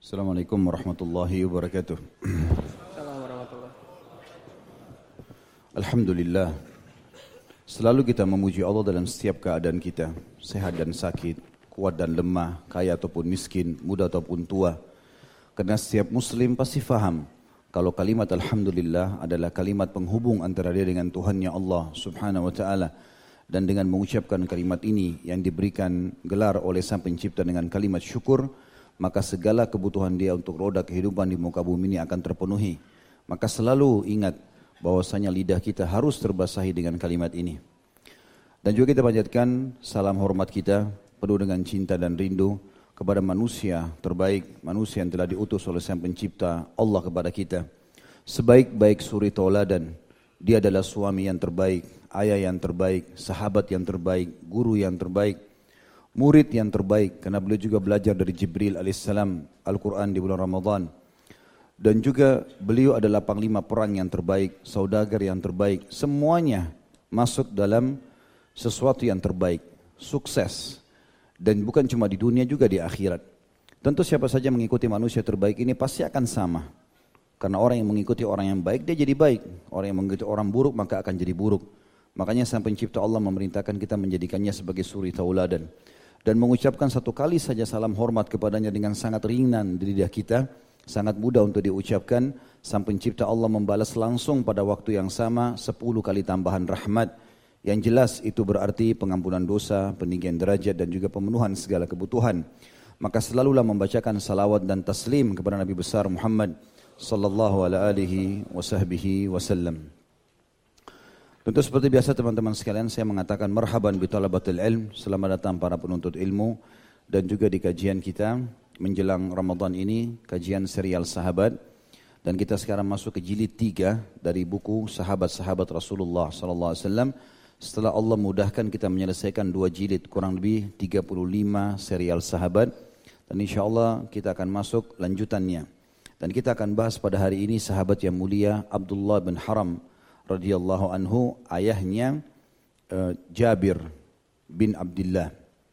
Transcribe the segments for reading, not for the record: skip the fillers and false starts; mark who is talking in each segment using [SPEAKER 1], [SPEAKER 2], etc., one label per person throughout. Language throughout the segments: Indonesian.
[SPEAKER 1] Assalamualaikum warahmatullahi wabarakatuh.
[SPEAKER 2] Assalamualaikum warahmatullahi.
[SPEAKER 1] Alhamdulillah. Selalu kita memuji Allah dalam setiap keadaan kita. Sehat dan sakit, kuat dan lemah, kaya ataupun miskin, muda ataupun tua. Karena setiap muslim pasti faham kalau kalimat Alhamdulillah adalah kalimat penghubung antara dia dengan Tuhannya Allah subhanahu wa ta'ala. Dan dengan mengucapkan kalimat ini yang diberikan gelar oleh Sang Pencipta dengan kalimat syukur, maka segala kebutuhan dia untuk roda kehidupan di muka bumi ini akan terpenuhi. Maka selalu ingat bahwasanya lidah kita harus terbasahi dengan kalimat ini. Dan juga kita panjatkan salam hormat kita penuh dengan cinta dan rindu kepada manusia terbaik, manusia yang telah diutus oleh Sang Pencipta Allah kepada kita. Sebaik-baik suri tauladan, dia adalah suami yang terbaik, ayah yang terbaik, sahabat yang terbaik, guru yang terbaik, murid yang terbaik, karena beliau juga belajar dari Jibril alaihissalam Al-Quran di bulan Ramadan. Dan juga beliau adalah panglima perang yang terbaik, saudagar yang terbaik. Semuanya masuk dalam sesuatu yang terbaik, sukses. Dan bukan cuma di dunia, juga di akhirat. Tentu siapa saja mengikuti manusia terbaik ini pasti akan sama. Karena orang yang mengikuti orang yang baik, dia jadi baik. Orang yang mengikuti orang buruk, maka akan jadi buruk. Makanya Sang Pencipta Allah memerintahkan kita menjadikannya sebagai suri tauladan. Dan mengucapkan satu kali saja salam hormat kepadanya dengan sangat ringan di lidah kita, sangat mudah untuk diucapkan. Sang Pencipta Allah membalas langsung pada waktu yang sama 10 kali tambahan rahmat. Yang jelas itu berarti pengampunan dosa, peninggian derajat dan juga pemenuhan segala kebutuhan. Maka selalulah membacakan salawat dan taslim kepada Nabi besar Muhammad sallallahu alaihi wasallam. Tentu seperti biasa teman-teman sekalian, saya mengatakan marhaban bi talabatil ilm, selamat datang para penuntut ilmu. Dan juga di kajian kita menjelang Ramadan ini, kajian serial sahabat. Dan kita sekarang masuk ke jilid 3 dari buku sahabat-sahabat Rasulullah SAW. Setelah Allah mudahkan kita menyelesaikan 2 jilid, kurang lebih 35 serial sahabat. Dan insya Allah kita akan masuk lanjutannya. Dan kita akan bahas pada hari ini sahabat yang mulia Abdullah bin Haram radhiyallahu anhu, ayahnya Jabir bin Abdullah.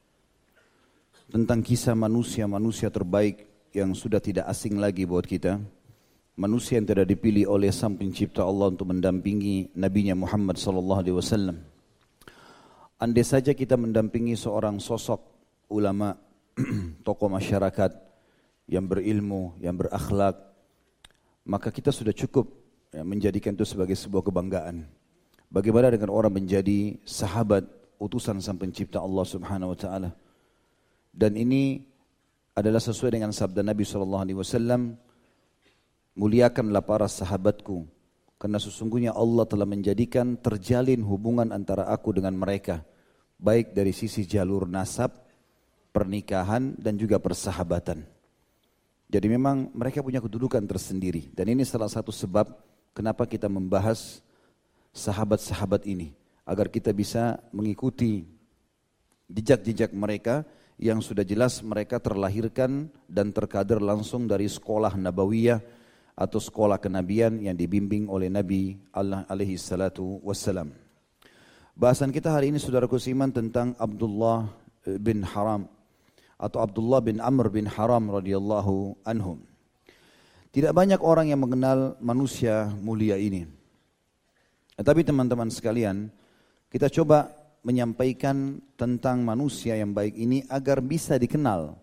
[SPEAKER 1] Tentang kisah manusia-manusia terbaik yang sudah tidak asing lagi buat kita. Manusia yang tidak dipilih oleh Sang Pencipta Allah untuk mendampingi Nabi-Nya Muhammad sallallahu alaihi wasallam. Andai saja kita mendampingi seorang sosok ulama, tokoh masyarakat yang berilmu, yang berakhlak, maka kita sudah cukup menjadikan itu sebagai sebuah kebanggaan. Bagaimana dengan orang menjadi sahabat utusan Sang Pencipta Allah Subhanahu wa taala? Dan ini adalah sesuai dengan sabda Nabi sallallahu alaihi wasallam, muliakanlah para sahabatku karena sesungguhnya Allah telah menjadikan terjalin hubungan antara aku dengan mereka, baik dari sisi jalur nasab, pernikahan dan juga persahabatan. Jadi memang mereka punya kedudukan tersendiri, dan ini salah satu sebab kenapa kita membahas sahabat-sahabat ini, agar kita bisa mengikuti jejak-jejak mereka yang sudah jelas mereka terlahirkan dan terkader langsung dari sekolah nabawiyah atau sekolah kenabian yang dibimbing oleh Nabi Allah alaihi salatu wassalam. Bahasan kita hari ini saudaraku seiman tentang Abdullah bin Haram atau Abdullah bin Amr bin Haram radhiyallahu anhum. Tidak banyak orang yang mengenal manusia mulia ini. Tetapi teman-teman sekalian, kita coba menyampaikan tentang manusia yang baik ini agar bisa dikenal.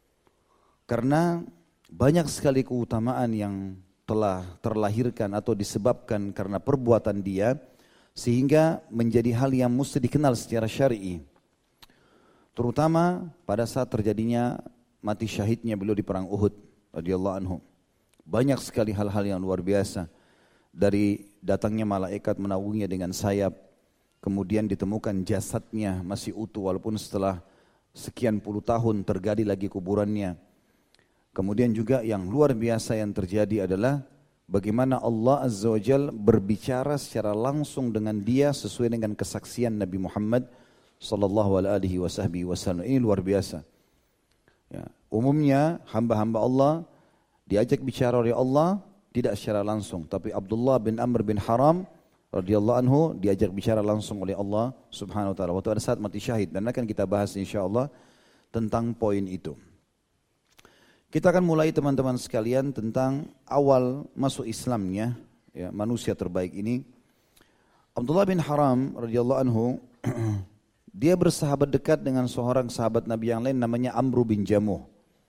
[SPEAKER 1] Karena banyak sekali keutamaan yang telah terlahirkan atau disebabkan karena perbuatan dia, sehingga menjadi hal yang mesti dikenal secara syar'i. Terutama pada saat terjadinya mati syahidnya beliau di perang Uhud radhiyallahu anhu. Banyak sekali hal-hal yang luar biasa. Dari datangnya malaikat menaunginya dengan sayap, kemudian ditemukan jasadnya masih utuh walaupun setelah sekian puluh tahun tergali lagi kuburannya. Kemudian juga yang luar biasa yang terjadi adalah bagaimana Allah Azza wa Jalla berbicara secara langsung dengan dia sesuai dengan kesaksian Nabi Muhammad sallallahu alaihi wasallam. Ini luar biasa. Ya, umumnya hamba-hamba Allah diajak bicara oleh Allah tidak secara langsung, tapi Abdullah bin Amr bin Haram radhiyallahu anhu diajak bicara langsung oleh Allah Subhanahu wa taala waktu pada saat mati syahid, dan akan kita bahas insyaallah tentang poin itu. Kita akan mulai teman-teman sekalian tentang awal masuk Islamnya ya, manusia terbaik ini. Abdullah bin Haram radhiyallahu anhu dia bersahabat dekat dengan seorang sahabat Nabi yang lain namanya Amr bin Jamuh.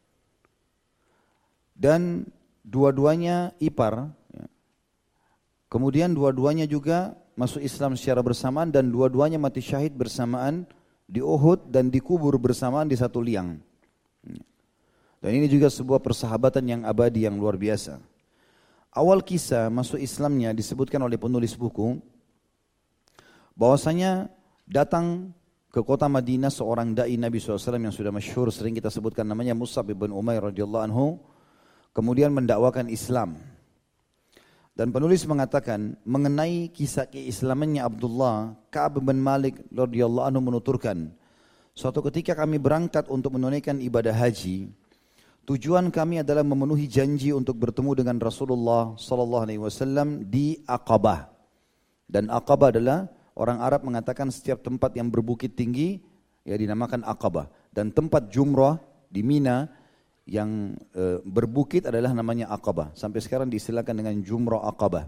[SPEAKER 1] Dan dua-duanya ipar. Ya. Kemudian dua-duanya juga masuk Islam secara bersamaan dan dua-duanya mati syahid bersamaan di Uhud dan dikubur bersamaan di satu liang. Dan ini juga sebuah persahabatan yang abadi yang luar biasa. Awal kisah masuk Islamnya disebutkan oleh penulis buku bahwasanya datang ke kota Madinah seorang dai Nabi SAW yang sudah masyhur, sering kita sebutkan namanya Mus'ab bin Umair radhiyallahu anhu, kemudian mendakwakan Islam. Dan penulis mengatakan mengenai kisah keislamannya Abdullah, Ka'ab bin Malik radhiyallahu anhu menuturkan, suatu ketika kami berangkat untuk menunaikan ibadah haji. Tujuan kami adalah memenuhi janji untuk bertemu dengan Rasulullah sallallahu alaihi wasallam di Aqabah. Dan Aqabah adalah orang Arab mengatakan setiap tempat yang berbukit tinggi ya dinamakan Aqabah, dan tempat jumrah di Mina yang berbukit adalah namanya Aqabah. Sampai sekarang diistilahkan dengan jumrah Aqabah.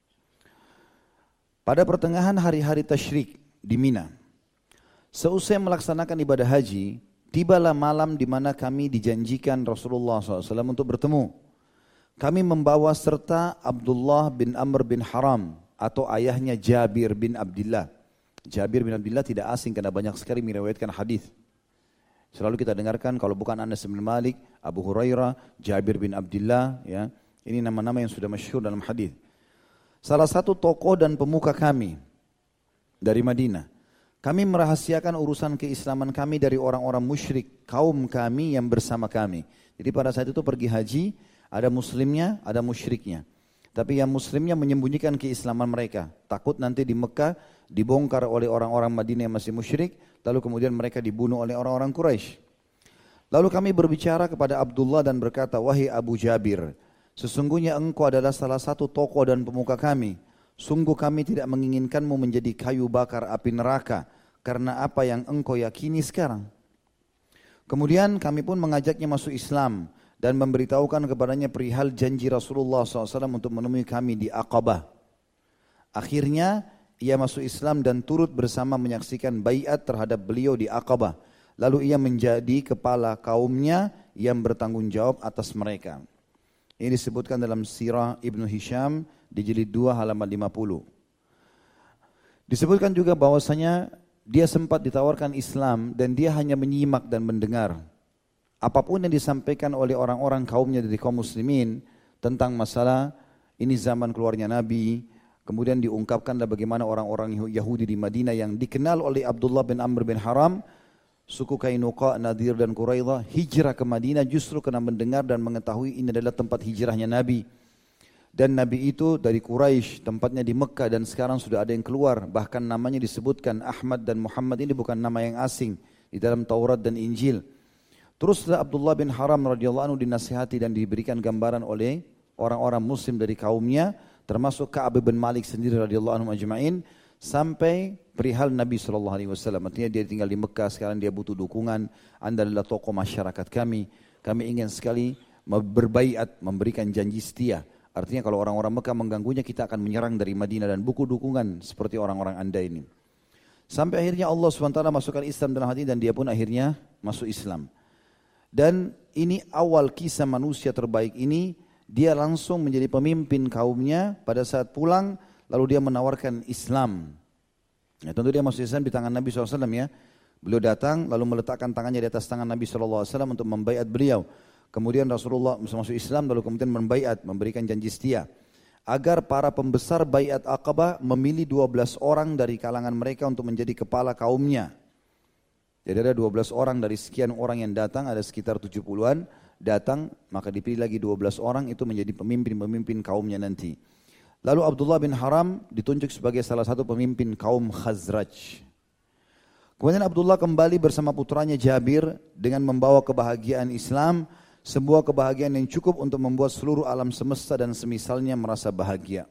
[SPEAKER 1] Pada pertengahan hari-hari tasyrik di Mina, seusai melaksanakan ibadah haji, tibalah malam di mana kami dijanjikan Rasulullah SAW untuk bertemu. Kami membawa serta Abdullah bin Amr bin Haram atau ayahnya Jabir bin Abdullah. Jabir bin Abdullah tidak asing karena banyak sekali meriwayatkan hadis. Selalu kita dengarkan kalau bukan Anas bin Malik, Abu Hurairah, Jabir bin Abdullah, ya. Ini nama-nama yang sudah masyhur dalam hadis. Salah satu tokoh dan pemuka kami dari Madinah. Kami merahasiakan urusan keislaman kami dari orang-orang musyrik, kaum kami yang bersama kami. Jadi pada saat itu pergi haji, ada muslimnya, ada musyriknya. Tapi yang muslimnya menyembunyikan keislaman mereka. Takut nanti di Mekah dibongkar oleh orang-orang Madinah yang masih musyrik, lalu kemudian mereka dibunuh oleh orang-orang Quraisy. Lalu kami berbicara kepada Abdullah dan berkata, wahai Abu Jabir, sesungguhnya engkau adalah salah satu tokoh dan pemuka kami. Sungguh kami tidak menginginkanmu menjadi kayu bakar api neraka karena apa yang engkau yakini sekarang. Kemudian kami pun mengajaknya masuk Islam dan memberitahukan kepadanya perihal janji Rasulullah SAW untuk menemui kami di Aqabah. Akhirnya ia masuk Islam dan turut bersama menyaksikan baiat terhadap beliau di Aqabah. Lalu ia menjadi kepala kaumnya yang bertanggung jawab atas mereka. Ini disebutkan dalam Sirah Ibnu Hisham di jilid 2 halaman 50. Disebutkan juga bahwasanya dia sempat ditawarkan Islam dan dia hanya menyimak dan mendengar. Apapun yang disampaikan oleh orang-orang kaumnya dari kaum muslimin tentang masalah ini zaman keluarnya Nabi, kemudian diungkapkanlah bagaimana orang-orang Yahudi di Madinah yang dikenal oleh Abdullah bin Amr bin Haram, suku Kainuqa, Nadir dan Quraidah hijrah ke Madinah justru karena mendengar dan mengetahui ini adalah tempat hijrahnya Nabi. Dan Nabi itu dari Quraisy, tempatnya di Mekah dan sekarang sudah ada yang keluar. Bahkan namanya disebutkan Ahmad dan Muhammad, ini bukan nama yang asing di dalam Taurat dan Injil. Teruslah Abdullah bin Haram radhiyallahu anhu dinasihati dan diberikan gambaran oleh orang-orang muslim dari kaumnya, termasuk Ka'ab bin Malik sendiri radhiyallahu anhu ajma'in, sampai perihal Nabi SAW. Artinya dia tinggal di Mekah, sekarang dia butuh dukungan. Anda adalah tokoh masyarakat kami ingin sekali berbaiat, memberikan janji setia. Artinya kalau orang-orang Mekah mengganggunya, kita akan menyerang dari Madinah dan buku dukungan seperti orang-orang Anda ini. Sampai akhirnya Allah SWT masukkan Islam dalam hati dan dia pun akhirnya masuk Islam. Dan ini awal kisah manusia terbaik ini, dia langsung menjadi pemimpin kaumnya pada saat pulang, lalu dia menawarkan Islam. Ya, tentu dia masuk Islam di tangan Nabi SAW ya. Beliau datang lalu meletakkan tangannya di atas tangan Nabi SAW untuk membaiat beliau. Kemudian Rasulullah masuk Islam lalu kemudian membaiat, memberikan janji setia. Agar para pembesar baiat Aqabah memilih 12 orang dari kalangan mereka untuk menjadi kepala kaumnya. Jadi ada 12 orang dari sekian orang yang datang, ada sekitar 70-an datang, maka dipilih lagi 12 orang itu menjadi pemimpin-pemimpin kaumnya nanti. Lalu Abdullah bin Haram ditunjuk sebagai salah satu pemimpin kaum Khazraj. Kemudian Abdullah kembali bersama putranya Jabir dengan membawa kebahagiaan Islam, sebuah kebahagiaan yang cukup untuk membuat seluruh alam semesta dan semisalnya merasa bahagia.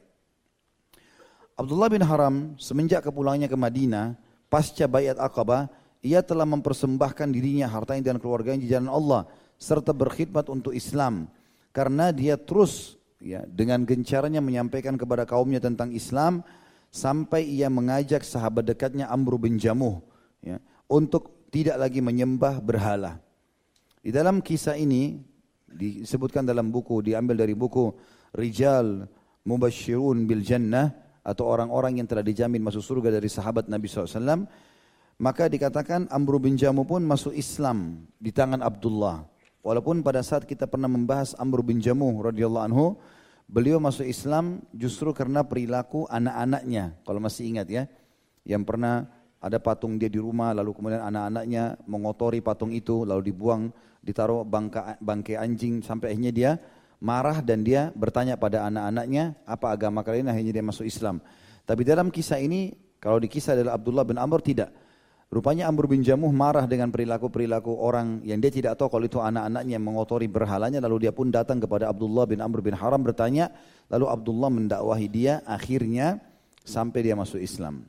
[SPEAKER 1] Abdullah bin Haram semenjak kepulangnya ke Madinah, pasca baiat Aqabah, ia telah mempersembahkan dirinya, hartanya dan keluarganya di jalan Allah serta berkhidmat untuk Islam. Karena dia terus ya, dengan gencarnya menyampaikan kepada kaumnya tentang Islam sampai ia mengajak sahabat dekatnya Amr bin Jamuh ya, untuk tidak lagi menyembah berhala. Di dalam kisah ini disebutkan dalam buku, diambil dari buku Rijal Mubashirun bil Jannah, atau orang-orang yang telah dijamin masuk surga dari sahabat Nabi SAW. Maka dikatakan Amr bin Jamuh pun masuk Islam di tangan Abdullah. Walaupun pada saat kita pernah membahas Amr bin Jamuh radhiyallahu anhu, beliau masuk Islam justru karena perilaku anak-anaknya. Kalau masih ingat ya, yang pernah ada patung dia di rumah, lalu kemudian anak-anaknya mengotori patung itu, lalu dibuang, ditaruh bangkai anjing, sampai akhirnya dia marah dan dia bertanya pada anak-anaknya, apa agama kalian? Akhirnya dia masuk Islam. Tapi dalam kisah ini, kalau di kisah adalah Abdullah bin Amr, tidak. Rupanya Amr bin Jamuh marah dengan perilaku-perilaku orang yang dia tidak tahu kalau itu anak-anaknya yang mengotori berhalanya, lalu dia pun datang kepada Abdullah bin Amr bin Haram bertanya, lalu Abdullah mendakwahi dia, akhirnya sampai dia masuk Islam.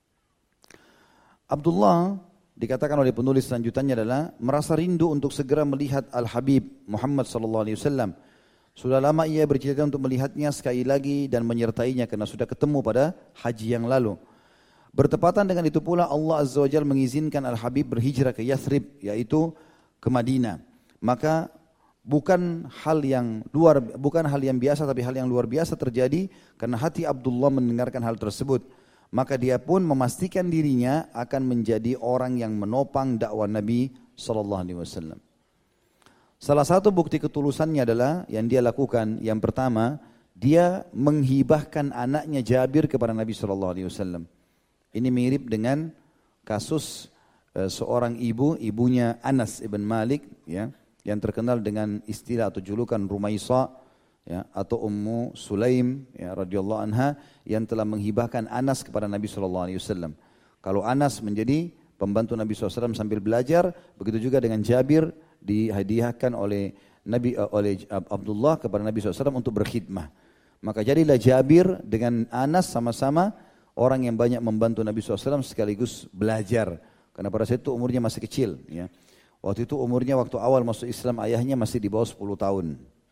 [SPEAKER 1] Abdullah dikatakan oleh penulis selanjutnya adalah merasa rindu untuk segera melihat Al-Habib Muhammad SAW. Sudah lama ia bercita untuk melihatnya sekali lagi dan menyertainya karena sudah ketemu pada haji yang lalu. Bertepatan dengan itu pula Allah Azza wa Jalla mengizinkan Al-Habib berhijrah ke Yathrib, yaitu ke Madinah. Maka bukan hal yang biasa, tapi hal yang luar biasa terjadi karena hati Abdullah mendengarkan hal tersebut. Maka dia pun memastikan dirinya akan menjadi orang yang menopang dakwah Nabi SAW. Salah satu bukti ketulusannya adalah yang dia lakukan. Yang pertama, dia menghibahkan anaknya Jabir kepada Nabi SAW. Ini mirip dengan kasus seorang ibunya Anas ibn Malik ya, yang terkenal dengan istilah atau julukan Rumaisa ya, atau Ummu Sulaim ya, radhiyallahu anha, yang telah menghibahkan Anas kepada Nabi SAW. Kalau Anas menjadi pembantu Nabi SAW sambil belajar, begitu juga dengan Jabir dihadiahkan oleh Abdullah kepada Nabi SAW untuk berkhidmah. Maka jadilah Jabir dengan Anas sama-sama orang yang banyak membantu Nabi SAW sekaligus belajar. Karena pada saat itu umurnya masih kecil. Ya. Waktu itu umurnya waktu awal masuk Islam ayahnya masih di bawah 10 tahun.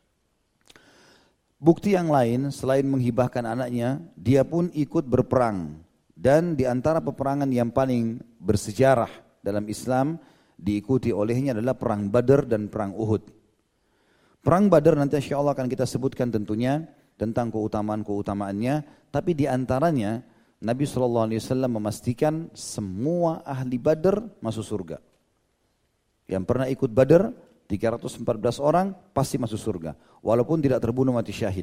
[SPEAKER 1] Bukti yang lain selain menghibahkan anaknya, dia pun ikut berperang. Dan di antara peperangan yang paling bersejarah dalam Islam diikuti olehnya adalah perang Badar dan perang Uhud. Perang Badar nanti insya Allah akan kita sebutkan tentunya tentang keutamaan-keutamaannya. Tapi di antaranya Nabi SAW memastikan semua ahli Badar masuk surga. Yang pernah ikut Badar, 314 orang pasti masuk surga. Walaupun tidak terbunuh mati syahid.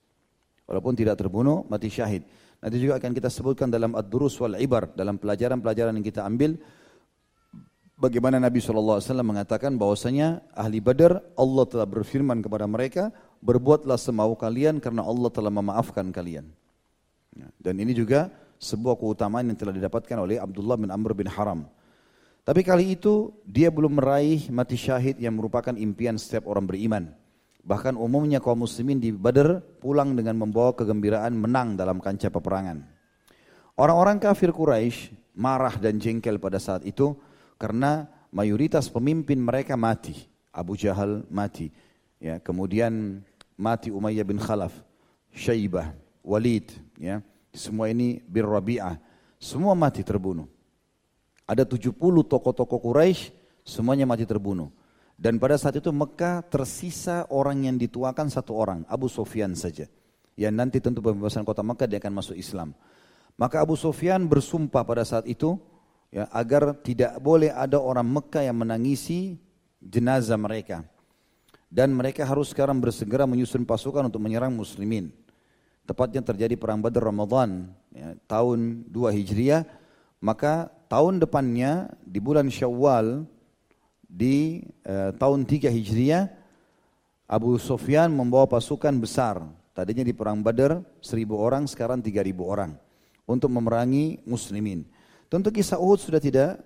[SPEAKER 1] Nanti juga akan kita sebutkan dalam Ad-Durus wal Ibar, dalam pelajaran-pelajaran yang kita ambil, bagaimana Nabi SAW mengatakan bahwasanya ahli Badar, Allah telah berfirman kepada mereka, berbuatlah semau kalian karena Allah telah memaafkan kalian. Dan ini juga sebuah keutamaan yang telah didapatkan oleh Abdullah bin Amr bin Haram. Tapi kali itu dia belum meraih mati syahid yang merupakan impian setiap orang beriman. Bahkan umumnya kaum muslimin di Badar pulang dengan membawa kegembiraan menang dalam kancah peperangan. Orang-orang kafir Quraisy marah dan jengkel pada saat itu karena mayoritas pemimpin mereka mati. Abu Jahal mati, ya, kemudian mati Umayyah bin Khalaf, Syaibah, Walid, ya. Semua ini Bir Rabi'ah, semua mati terbunuh. Ada 70 tokoh-tokoh Quraisy, semuanya mati terbunuh. Dan pada saat itu Mekah tersisa orang yang dituakan satu orang, Abu Sufyan saja. Yang nanti tentu pembebasan kota Mekah dia akan masuk Islam. Maka Abu Sufyan bersumpah pada saat itu ya, agar tidak boleh ada orang Mekah yang menangisi jenazah mereka. Dan mereka harus sekarang bersegera menyusun pasukan untuk menyerang muslimin. Tepatnya terjadi perang Badar Ramadan ya, tahun 2 Hijriah. Maka tahun depannya di bulan Syawal di tahun 3 Hijriah, Abu Sufyan membawa pasukan besar. Tadinya di perang Badar 1.000 orang, sekarang 3.000 orang untuk memerangi muslimin. Tentu kisah Uhud sudah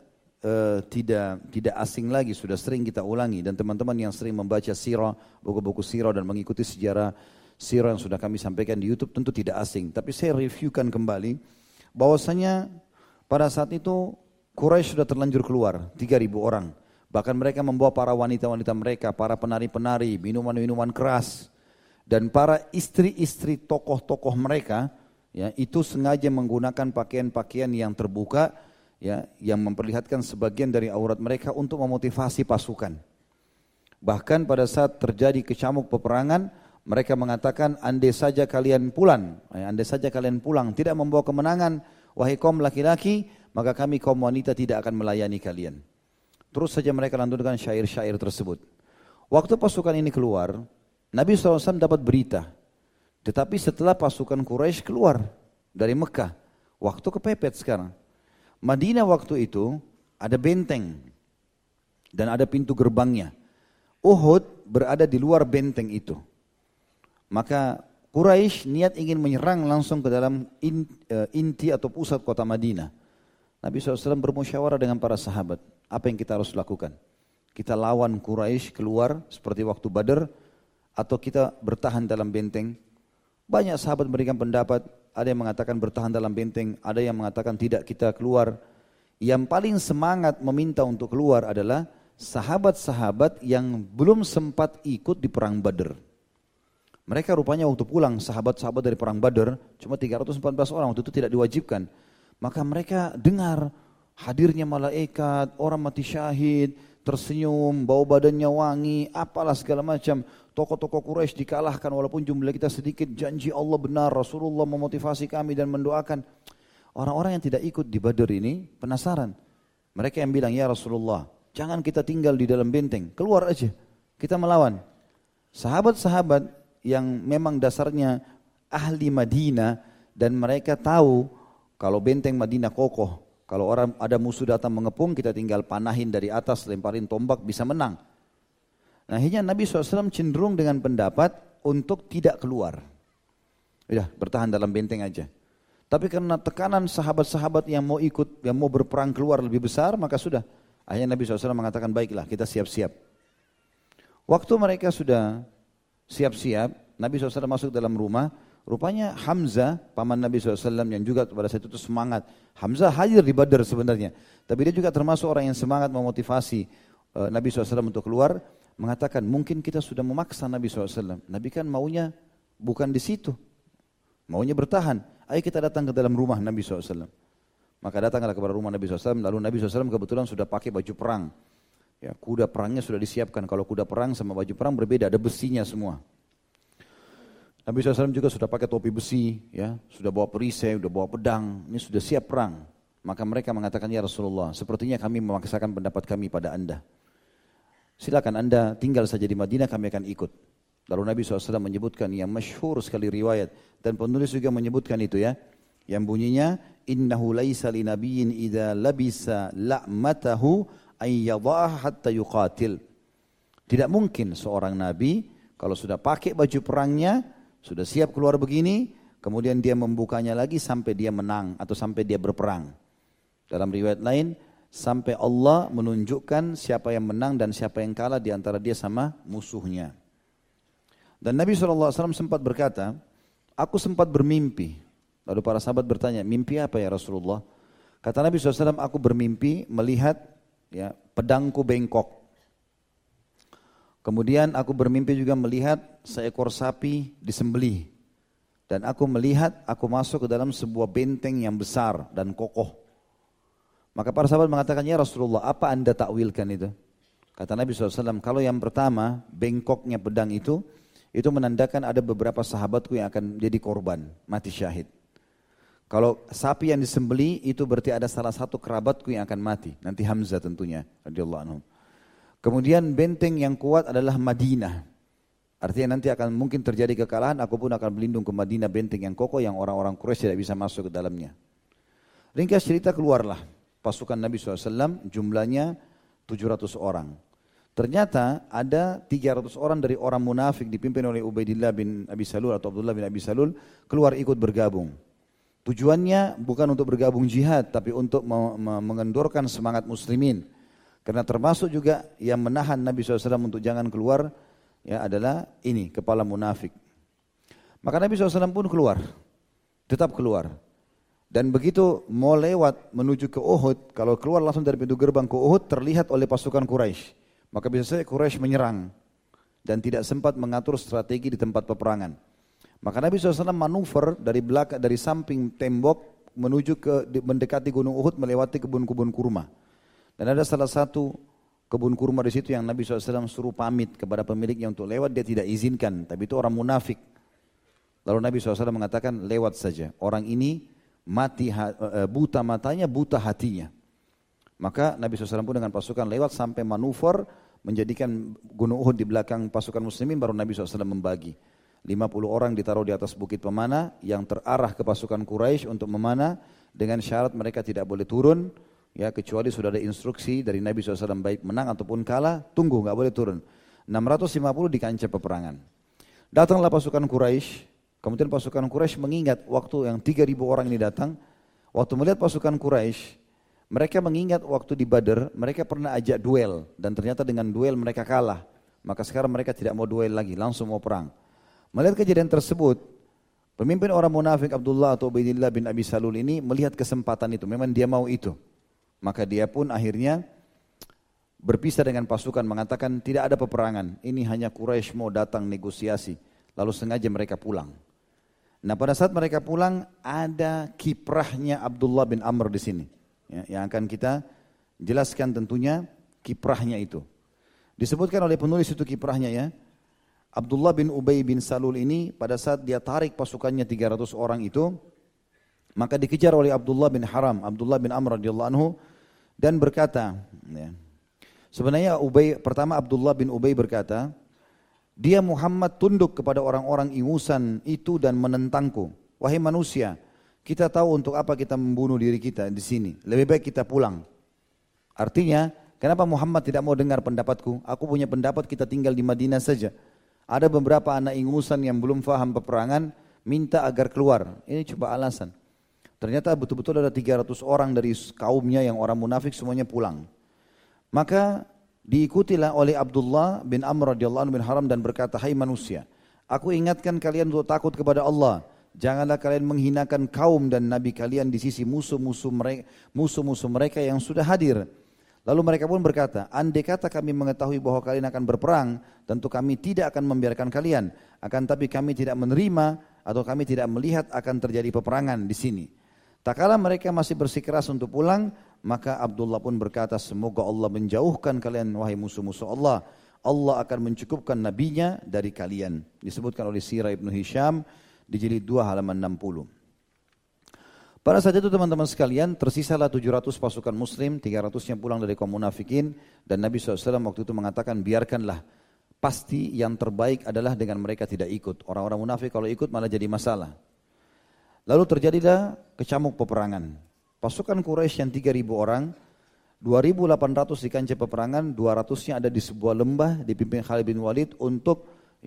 [SPEAKER 1] tidak asing lagi, sudah sering kita ulangi. Dan teman-teman yang sering membaca sirah, buku-buku sirah dan mengikuti sejarah sirah yang sudah kami sampaikan di YouTube tentu tidak asing. Tapi saya reviewkan kembali bahwasanya pada saat itu Quraisy sudah terlanjur keluar 3.000 orang. Bahkan mereka membawa para wanita-wanita mereka, para penari-penari, minuman-minuman keras. Dan para istri-istri tokoh-tokoh mereka, ya, itu sengaja menggunakan pakaian-pakaian yang terbuka, ya, yang memperlihatkan sebagian dari aurat mereka untuk memotivasi pasukan. Bahkan pada saat terjadi kecamuk peperangan, mereka mengatakan, andai saja kalian pulang, tidak membawa kemenangan, wahai kaum laki-laki, maka kami kaum wanita tidak akan melayani kalian. Terus saja mereka lantunkan syair-syair tersebut. Waktu pasukan ini keluar, Nabi SAW dapat berita. Tetapi setelah pasukan Quraisy keluar dari Mekah, waktu kepepet sekarang. Madinah waktu itu ada benteng dan ada pintu gerbangnya. Uhud berada di luar benteng itu. Maka Quraisy niat ingin menyerang langsung ke dalam inti atau pusat kota Madinah. Nabi SAW bermusyawarah dengan para sahabat. Apa yang kita harus lakukan? Kita lawan Quraisy keluar seperti waktu Badar, atau kita bertahan dalam benteng? Banyak sahabat memberikan pendapat. Ada yang mengatakan bertahan dalam benteng, ada yang mengatakan tidak, kita keluar. Yang paling semangat meminta untuk keluar adalah sahabat-sahabat yang belum sempat ikut di perang Badar. Mereka rupanya waktu pulang, sahabat-sahabat dari perang Badar, cuma 314 orang, waktu itu tidak diwajibkan. Maka mereka dengar hadirnya malaikat, orang mati syahid, tersenyum, bau badannya wangi, apalah segala macam. Tokoh-tokoh Quraisy dikalahkan walaupun jumlah kita sedikit, janji Allah benar, Rasulullah memotivasi kami dan mendoakan. Orang-orang yang tidak ikut di Badar ini penasaran. Mereka yang bilang, ya Rasulullah, jangan kita tinggal di dalam benteng, keluar aja, kita melawan. Sahabat-sahabat yang memang dasarnya ahli Madinah dan mereka tahu kalau benteng Madinah kokoh, kalau orang ada musuh datang mengepung, kita tinggal panahin dari atas, lemparin tombak, bisa menang. Nah, akhirnya Nabi SAW cenderung dengan pendapat untuk tidak keluar. Udah, bertahan dalam benteng aja. Tapi karena tekanan sahabat-sahabat yang mau ikut, yang mau berperang keluar lebih besar, maka sudah. Akhirnya Nabi SAW mengatakan, baiklah kita siap-siap. Waktu mereka sudah siap-siap, Nabi SAW masuk dalam rumah. Rupanya Hamzah, paman Nabi SAW yang juga pada saat itu semangat. Hamzah hadir di Badar sebenarnya. Tapi dia juga termasuk orang yang semangat memotivasi Nabi SAW untuk keluar. Mengatakan mungkin kita sudah memaksa Nabi SAW. Nabi kan maunya bukan di situ. Maunya bertahan. Ayo kita datang ke dalam rumah Nabi SAW. Maka datanglah kepada rumah Nabi SAW. Lalu Nabi SAW kebetulan sudah pakai baju perang. Ya, kuda perangnya sudah disiapkan. Kalau kuda perang sama baju perang berbeda, ada besinya semua. Nabi SAW juga sudah pakai topi besi, ya, sudah bawa perisai, sudah bawa pedang, ini sudah siap perang. Maka mereka mengatakan, ya Rasulullah, sepertinya kami memaksakan pendapat kami pada anda. Silakan anda tinggal saja di Madinah, kami akan ikut. Lalu Nabi SAW menyebutkan yang masyhur sekali riwayat, dan penulis juga menyebutkan itu ya, yang bunyinya, innahu laisa li nabiyyin idza labisa la'matahu ay yadha'aha hatta yuqatil. Tidak mungkin seorang nabi kalau sudah pakai baju perangnya, sudah siap keluar begini, kemudian dia membukanya lagi sampai dia menang atau sampai dia berperang. Dalam riwayat lain, sampai Allah menunjukkan siapa yang menang dan siapa yang kalah di antara dia sama musuhnya. Dan Nabi SAW sempat berkata, aku sempat bermimpi. Lalu para sahabat bertanya, mimpi apa ya Rasulullah? Kata Nabi SAW, aku bermimpi melihat ya, pedangku bengkok. Kemudian aku bermimpi juga melihat seekor sapi disembelih. Dan aku melihat aku masuk ke dalam sebuah benteng yang besar dan kokoh. Maka para sahabat mengatakan, ya Rasulullah, apa anda takwilkan itu? Kata Nabi SAW, kalau yang pertama, bengkoknya pedang itu menandakan ada beberapa sahabatku yang akan jadi korban, mati syahid. Kalau sapi yang disembelih itu berarti ada salah satu kerabatku yang akan mati. Nanti Hamzah tentunya, radhiyallahu anhu. Kemudian benteng yang kuat adalah Madinah. Artinya nanti akan mungkin terjadi kekalahan, aku pun akan berlindung ke Madinah, benteng yang kokoh yang orang-orang Quraisy tidak bisa masuk ke dalamnya. Ringkas cerita, keluarlah pasukan Nabi SAW, jumlahnya 700 orang. Ternyata ada 300 orang dari orang munafik dipimpin oleh Ubaidillah bin Abi Salul atau Abdullah bin Abi Salul keluar ikut bergabung. Tujuannya bukan untuk bergabung jihad, tapi untuk mengendorkan semangat muslimin. Karena termasuk juga yang menahan Nabi SAW untuk jangan keluar ya adalah ini, kepala munafik. Maka Nabi SAW pun keluar, tetap keluar. Dan begitu mau lewat menuju ke Uhud, kalau keluar langsung dari pintu gerbang ke Uhud, terlihat oleh pasukan Quraisy. Maka bisa saja Quraisy menyerang dan tidak sempat mengatur strategi di tempat peperangan. Maka Nabi SAW manuver dari belakang, dari samping tembok menuju mendekati Gunung Uhud melewati kebun-kebun kurma. Dan ada salah satu kebun kurma di situ yang Nabi SAW suruh pamit kepada pemiliknya untuk lewat, dia tidak izinkan, tapi itu orang munafik. Lalu Nabi SAW mengatakan lewat saja. Orang ini mati buta matanya, buta hatinya. Maka Nabi SAW pun dengan pasukan lewat sampai manuver menjadikan Gunung Uhud di belakang pasukan muslimin, baru Nabi SAW membagi. 50 orang ditaruh di atas bukit pemana yang terarah ke pasukan Quraisy untuk memanah dengan syarat mereka tidak boleh turun, ya, kecuali sudah ada instruksi dari Nabi SAW baik menang ataupun kalah, tunggu, nggak boleh turun. 650 di kancah peperangan. Datanglah pasukan Quraisy. Kemudian pasukan Quraisy mengingat waktu yang 3.000 orang ini datang, waktu melihat pasukan Quraisy, mereka mengingat waktu di Badar, mereka pernah ajak duel dan ternyata dengan duel mereka kalah. Maka sekarang mereka tidak mau duel lagi, langsung mau perang. Melihat kejadian tersebut, pemimpin orang munafik Abdullah atau Ubaidillah bin Abi Salul ini melihat kesempatan itu, memang dia mau itu. Maka dia pun akhirnya berpisah dengan pasukan mengatakan tidak ada peperangan, ini hanya Quraisy mau datang negosiasi. Lalu sengaja mereka pulang. Nah pada saat mereka pulang ada kiprahnya Abdullah bin Amr di sini, ya, yang akan kita jelaskan tentunya kiprahnya itu. Disebutkan oleh penulis itu kiprahnya, ya. Abdullah bin Ubay bin Salul ini pada saat dia tarik pasukannya 300 orang itu, maka dikejar oleh Abdullah bin Haram, Abdullah bin Amr radhiyallahu anhu, dan berkata, ya, sebenarnya pertama Abdullah bin Ubay berkata, dia Muhammad tunduk kepada orang-orang ingusan itu dan menentangku. Wahai manusia, kita tahu untuk apa kita membunuh diri kita di sini. Lebih baik kita pulang. Artinya, kenapa Muhammad tidak mau dengar pendapatku? Aku punya pendapat, kita tinggal di Madinah saja. Ada beberapa anak ingusan yang belum faham peperangan, minta agar keluar. Ini coba alasan. Ternyata betul-betul ada 300 orang dari kaumnya yang orang munafik semuanya pulang. Maka diikutilah oleh Abdullah bin Amr radhiyallahu anhu bin Haram dan berkata, hai manusia, aku ingatkan kalian untuk takut kepada Allah. Janganlah kalian menghinakan kaum dan nabi kalian di sisi musuh-musuh mereka yang sudah hadir. Lalu mereka pun berkata, andai kata kami mengetahui bahwa kalian akan berperang, tentu kami tidak akan membiarkan kalian. Akan tapi kami tidak menerima atau kami tidak melihat akan terjadi peperangan di sini. Tak kala mereka masih bersikeras untuk pulang, maka Abdullah pun berkata, semoga Allah menjauhkan kalian wahai musuh-musuh Allah. Allah akan mencukupkan nabinya dari kalian. Disebutkan oleh Sirah Ibnu Hisham di jilid 2 halaman 60. Pada saat itu teman-teman sekalian, tersisalah 700 pasukan muslim, 300-nya pulang dari kaum munafikin, dan Nabi SAW waktu itu mengatakan, biarkanlah, pasti yang terbaik adalah dengan mereka tidak ikut. Orang-orang munafik kalau ikut malah jadi masalah. Lalu terjadilah kecamuk peperangan. Pasukan Quraisy yang 3.000 orang, 2.800 di kancah peperangan, 200-nya ada di sebuah lembah dipimpin Khalid bin Walid untuk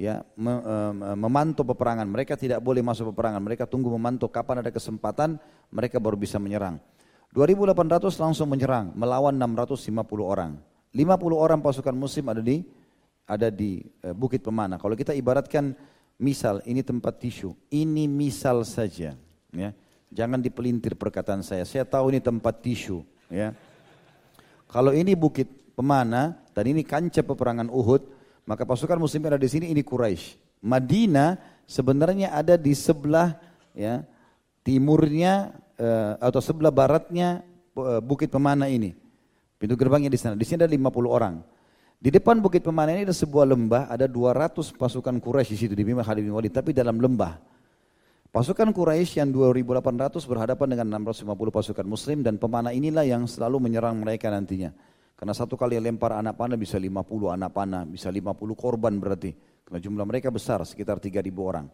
[SPEAKER 1] memantau peperangan. Mereka tidak boleh masuk peperangan, mereka tunggu memantau kapan ada kesempatan, mereka baru bisa menyerang. 2.800 langsung menyerang, melawan 650 orang. 50 orang pasukan muslim ada di Bukit Pemana. Kalau kita ibaratkan misal, ini tempat tisu, ini misal saja, ya. Jangan dipelintir perkataan saya tahu ini tempat tisu, ya. Kalau ini Bukit Pemana dan ini kancah peperangan Uhud, maka pasukan muslim ada di sini, ini Quraisy. Madinah sebenarnya ada di sebelah, ya, timurnya atau sebelah baratnya Bukit Pemana ini. Pintu gerbangnya di sana. Di sini ada 50 orang. Di depan Bukit Pemana ini ada sebuah lembah, ada 200 pasukan Quraisy di situ dipimpin Khalid bin Walid, tapi dalam lembah. Pasukan Quraisy yang 2.800 berhadapan dengan 650 pasukan muslim, dan pemanah inilah yang selalu menyerang mereka nantinya. Karena satu kali lempar anak panah bisa 50 anak panah, bisa 50 korban berarti. Karena jumlah mereka besar, sekitar 3.000 orang.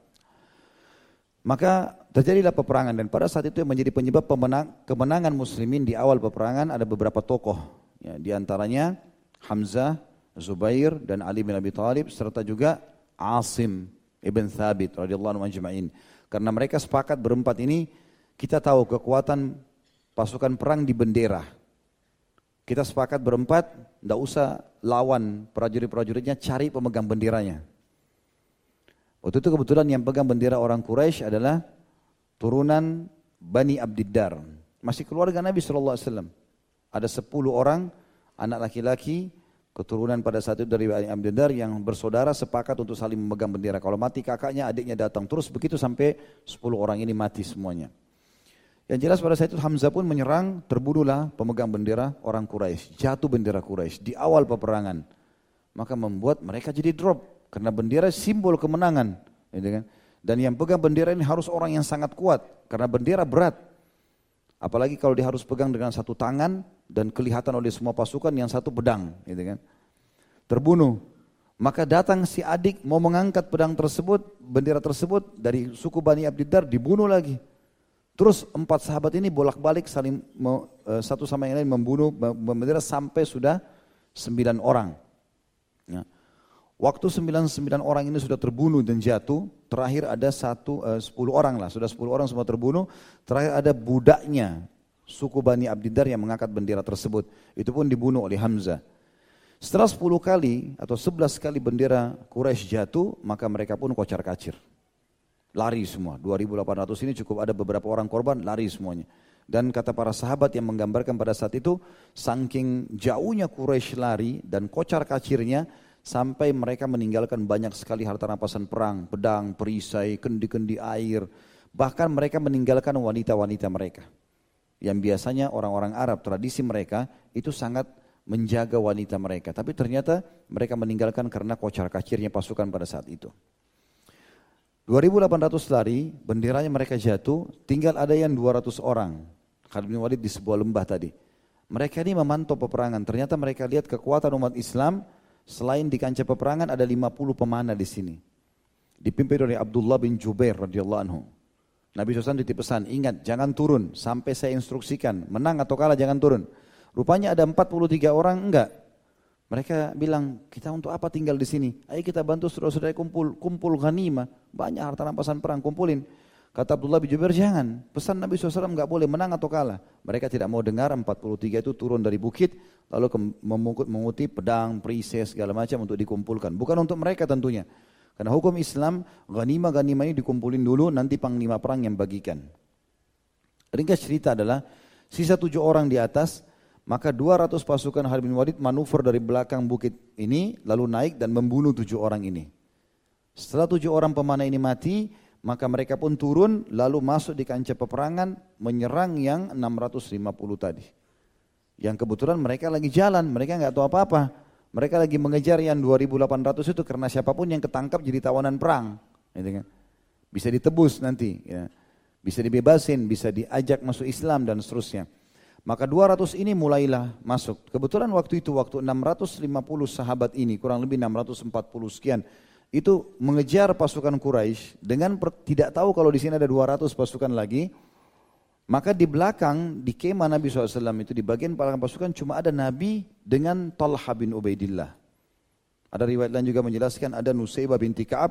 [SPEAKER 1] Maka terjadilah peperangan, dan pada saat itu yang menjadi penyebab kemenangan muslimin di awal peperangan ada beberapa tokoh. Ya, di antaranya Hamzah, Zubair dan Ali bin Abi Thalib, serta juga Asim ibn Thabit radhiyallahu anhu ajma'in. Karena mereka sepakat berempat ini, kita tahu kekuatan pasukan perang di bendera. Kita sepakat berempat, tidak usah lawan prajurit-prajuritnya, cari pemegang benderanya. Waktu itu kebetulan yang pegang bendera orang Quraisy adalah turunan Bani Abdiddar. Masih keluarga Nabi SAW. Ada 10 orang anak laki-laki keturunan pada saat itu dari Bani Abdiddar yang bersaudara sepakat untuk saling memegang bendera. Kalau mati kakaknya, adiknya datang. Terus begitu sampai 10 orang ini mati semuanya. Yang jelas pada saat itu Hamzah pun menyerang, terbunuhlah pemegang bendera orang Quraisy. Jatuh bendera Quraisy di awal peperangan. Maka membuat mereka jadi drop. Karena bendera simbol kemenangan. Gitu kan? Dan yang pegang bendera ini harus orang yang sangat kuat. Karena bendera berat. Apalagi kalau dia harus pegang dengan satu tangan dan kelihatan oleh semua pasukan yang satu pedang. Gitu kan? Terbunuh. Maka datang si adik mau mengangkat pedang tersebut, bendera tersebut dari suku Bani Abdiddar dibunuh lagi. Terus 4 sahabat ini bolak-balik saling satu sama yang lain membunuh bendera sampai sudah 9 orang. Ya. Waktu 9 orang ini sudah terbunuh dan jatuh, terakhir ada 10 orang lah, sudah 10 orang semua terbunuh, terakhir ada budaknya suku Bani Abdiddar yang mengangkat bendera tersebut, itu pun dibunuh oleh Hamzah. Setelah 10 kali atau 11 kali bendera Quraisy jatuh, maka mereka pun kocar kacir, lari semua, 2.800 ini cukup ada beberapa orang korban, lari semuanya. Dan kata para sahabat yang menggambarkan pada saat itu, saking jauhnya Quraisy lari dan kocar kacirnya, sampai mereka meninggalkan banyak sekali harta rampasan perang, pedang, perisai, kendi-kendi air. Bahkan mereka meninggalkan wanita-wanita mereka. Yang biasanya orang-orang Arab, tradisi mereka itu sangat menjaga wanita mereka. Tapi ternyata mereka meninggalkan karena kocar kacirnya pasukan pada saat itu. 2.800 lari, benderanya mereka jatuh, tinggal ada yang 200 orang. Khalid bin Walid di sebuah lembah tadi. Mereka ini memantau peperangan, ternyata mereka lihat kekuatan umat Islam. Selain di kancah peperangan ada 50 pemanah di sini. Dipimpin oleh Abdullah bin Jubair radhiyallahu anhu. Nabi SAW titip pesan, ingat jangan turun sampai saya instruksikan. Menang atau kalah jangan turun. Rupanya ada 43 orang enggak. Mereka bilang, kita untuk apa tinggal di sini? Ayo kita bantu saudara-saudara kumpul ghanimah. Banyak harta rampasan perang, kumpulin. Kata Abdullah bin Jubair, jangan. Pesan Nabi SAW enggak boleh menang atau kalah. Mereka tidak mau dengar, 43 itu turun dari bukit, lalu menguti pedang, perisai, segala macam untuk dikumpulkan. Bukan untuk mereka tentunya. Karena hukum Islam, ghanimah ini dikumpulin dulu, nanti panglima perang yang bagikan. Ringkas cerita adalah, sisa 7 orang di atas, maka 200 pasukan Khalid bin Walid manuver dari belakang bukit ini, lalu naik dan membunuh 7 orang ini. Setelah 7 orang pemanah ini mati, maka mereka pun turun lalu masuk di kancah peperangan menyerang yang 650 tadi. Yang kebetulan mereka lagi jalan, mereka nggak tahu apa-apa. Mereka lagi mengejar yang 2.800 itu karena siapapun yang ketangkap jadi tawanan perang. Gitu kan? Bisa ditebus nanti, ya. Bisa dibebasin, bisa diajak masuk Islam dan seterusnya. Maka 200 ini mulailah masuk. Kebetulan waktu itu, waktu 650 sahabat ini, kurang lebih 640 sekian, itu mengejar pasukan Quraisy dengan tidak tahu kalau di sini ada 200 pasukan lagi, maka di belakang di kemah Nabi SAW itu di bagian belakang pasukan cuma ada Nabi dengan Talha bin Ubaidillah. Ada riwayat lain juga menjelaskan ada Nusaybah binti Ka'ab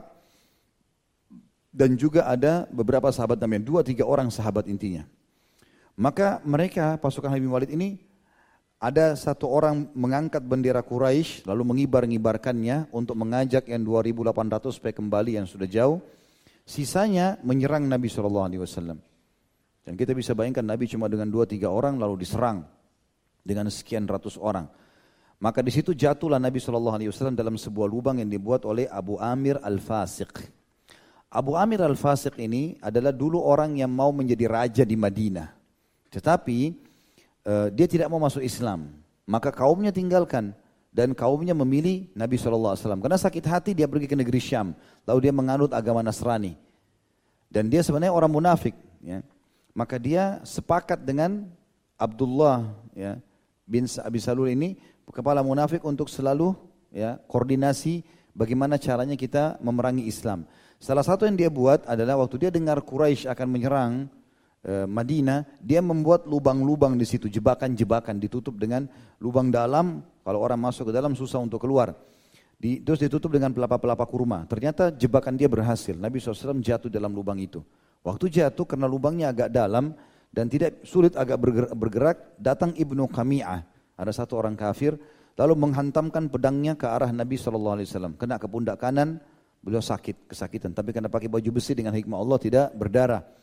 [SPEAKER 1] dan juga ada beberapa sahabat namanya 2-3 orang sahabat intinya. Maka mereka pasukan Khalid bin Walid ini ada satu orang mengangkat bendera Quraisy lalu mengibar-ngibarkannya untuk mengajak yang 2.800 supaya kembali yang sudah jauh. Sisanya menyerang Nabi SAW. Dan kita bisa bayangkan Nabi cuma dengan 2-3 orang lalu diserang dengan sekian ratus orang. Maka di situ jatuhlah Nabi SAW dalam sebuah lubang yang dibuat oleh Abu Amir Al-Fasiq. Abu Amir Al-Fasiq ini adalah dulu orang yang mau menjadi raja di Madinah. Tetapi dia tidak mau masuk Islam, maka kaumnya tinggalkan dan kaumnya memilih Nabi SAW. Karena sakit hati dia pergi ke negeri Syam, lalu dia menganut agama Nasrani. Dan dia sebenarnya orang munafik. Ya. Maka dia sepakat dengan Abdullah ya, bin Abi Salul ini, kepala munafik untuk selalu ya, koordinasi bagaimana caranya kita memerangi Islam. Salah satu yang dia buat adalah waktu dia dengar Quraisy akan menyerang Madinah, dia membuat lubang-lubang di situ, jebakan-jebakan ditutup dengan lubang dalam, kalau orang masuk ke dalam susah untuk keluar. Terus ditutup dengan pelapa-pelapa kurma. Ternyata jebakan dia berhasil. Nabi SAW jatuh dalam lubang itu. Waktu jatuh karena lubangnya agak dalam dan tidak sulit agak bergerak, datang Ibnu Qami'ah, ada satu orang kafir, lalu menghantamkan pedangnya ke arah Nabi SAW. Kena ke pundak kanan, beliau sakit, kesakitan. Tapi karena pakai baju besi dengan hikmah Allah tidak berdarah.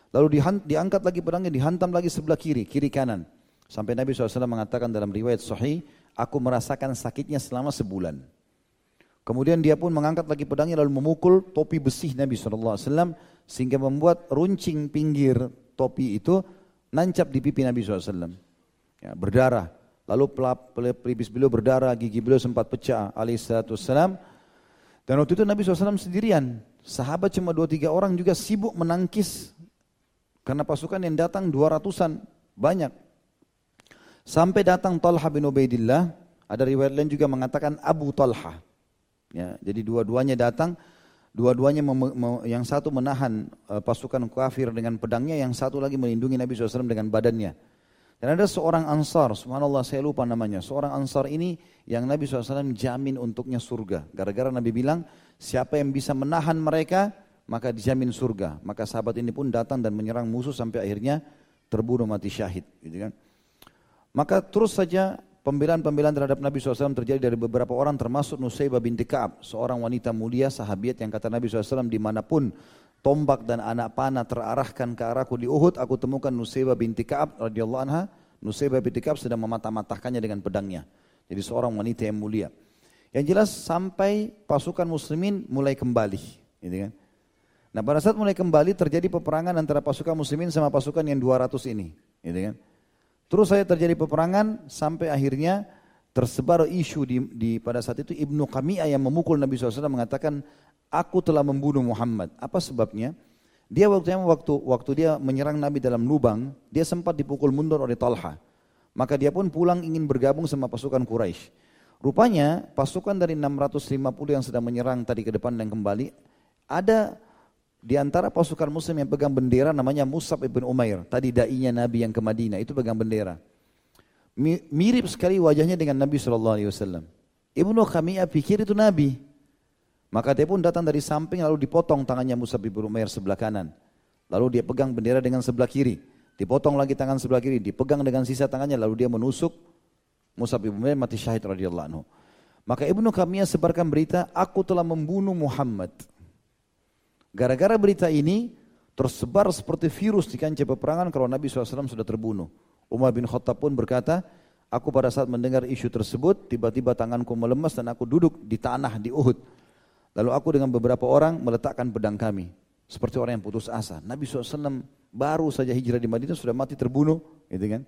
[SPEAKER 1] Lalu diangkat lagi pedangnya, dihantam lagi sebelah kiri kanan. Sampai Nabi SAW mengatakan dalam riwayat sahih, aku merasakan sakitnya selama sebulan. Kemudian dia pun mengangkat lagi pedangnya lalu memukul topi besi Nabi SAW sehingga membuat runcing pinggir topi itu nancap di pipi Nabi SAW. Ya, berdarah. Lalu pelipis beliau berdarah, gigi beliau sempat pecah alaihissalam. Dan waktu itu Nabi SAW sendirian. Sahabat cuma 2-3 orang juga sibuk menangkis. Karena pasukan yang datang 200-an banyak. Sampai datang Talha bin Ubaidillah. Ada riwayat lain juga mengatakan Abu Talha. Ya, jadi dua-duanya datang. Dua-duanya yang satu menahan pasukan kafir dengan pedangnya. Yang satu lagi melindungi Nabi SAW dengan badannya. Dan ada seorang Ansar, subhanallah saya lupa namanya. Seorang Ansar ini yang Nabi SAW jamin untuknya surga. Gara-gara Nabi bilang siapa yang bisa menahan mereka maka dijamin surga. Maka sahabat ini pun datang dan menyerang musuh sampai akhirnya terbunuh mati syahid. Gitu kan. Maka terus saja pembelaan-pembelaan terhadap Nabi SAW terjadi dari beberapa orang termasuk Nusaybah binti Ka'ab. Seorang wanita mulia sahabiat yang kata Nabi SAW dimanapun tombak dan anak panah terarahkan ke arahku di Uhud, aku temukan Nusaybah binti Ka'ab radhiyallahu anha. Nusaybah binti Ka'ab sedang mematah-matahkannya dengan pedangnya. Jadi seorang wanita yang mulia. Yang jelas sampai pasukan muslimin mulai kembali. Gitu kan. Nah pada saat mulai kembali terjadi peperangan antara pasukan muslimin sama pasukan yang 200 ini. Gitu kan. Terus saya terjadi peperangan sampai akhirnya tersebar isu pada saat itu Ibnu Qami'ah yang memukul Nabi SAW mengatakan, aku telah membunuh Muhammad. Apa sebabnya? Dia waktu dia menyerang Nabi dalam lubang, dia sempat dipukul mundur oleh Talha. Maka dia pun pulang ingin bergabung sama pasukan Quraisy. Rupanya pasukan dari 650 yang sedang menyerang tadi ke depan dan kembali, ada di antara pasukan muslim yang pegang bendera namanya Mus'ab ibn Umair. Tadi da'inya Nabi yang ke Madinah itu pegang bendera. Mirip sekali wajahnya dengan Nabi SAW. Ibnu Qami'ah pikir itu Nabi. Maka dia pun datang dari samping lalu dipotong tangannya Mus'ab ibn Umair sebelah kanan. Lalu dia pegang bendera dengan sebelah kiri. Dipotong lagi tangan sebelah kiri. Dipegang dengan sisa tangannya lalu dia menusuk Mus'ab ibn Umair mati syahid radhiyallahu anhu. Maka Ibnu Qami'ah sebarkan berita, aku telah membunuh Muhammad. Gara-gara berita ini tersebar seperti virus di kancah peperangan kalau Nabi SAW sudah terbunuh. Umar bin Khattab pun berkata, aku pada saat mendengar isu tersebut, tiba-tiba tanganku melemas dan aku duduk di tanah di Uhud. Lalu aku dengan beberapa orang meletakkan pedang kami. Seperti orang yang putus asa. Nabi SAW baru saja hijrah di Madinah sudah mati terbunuh. Gitu kan?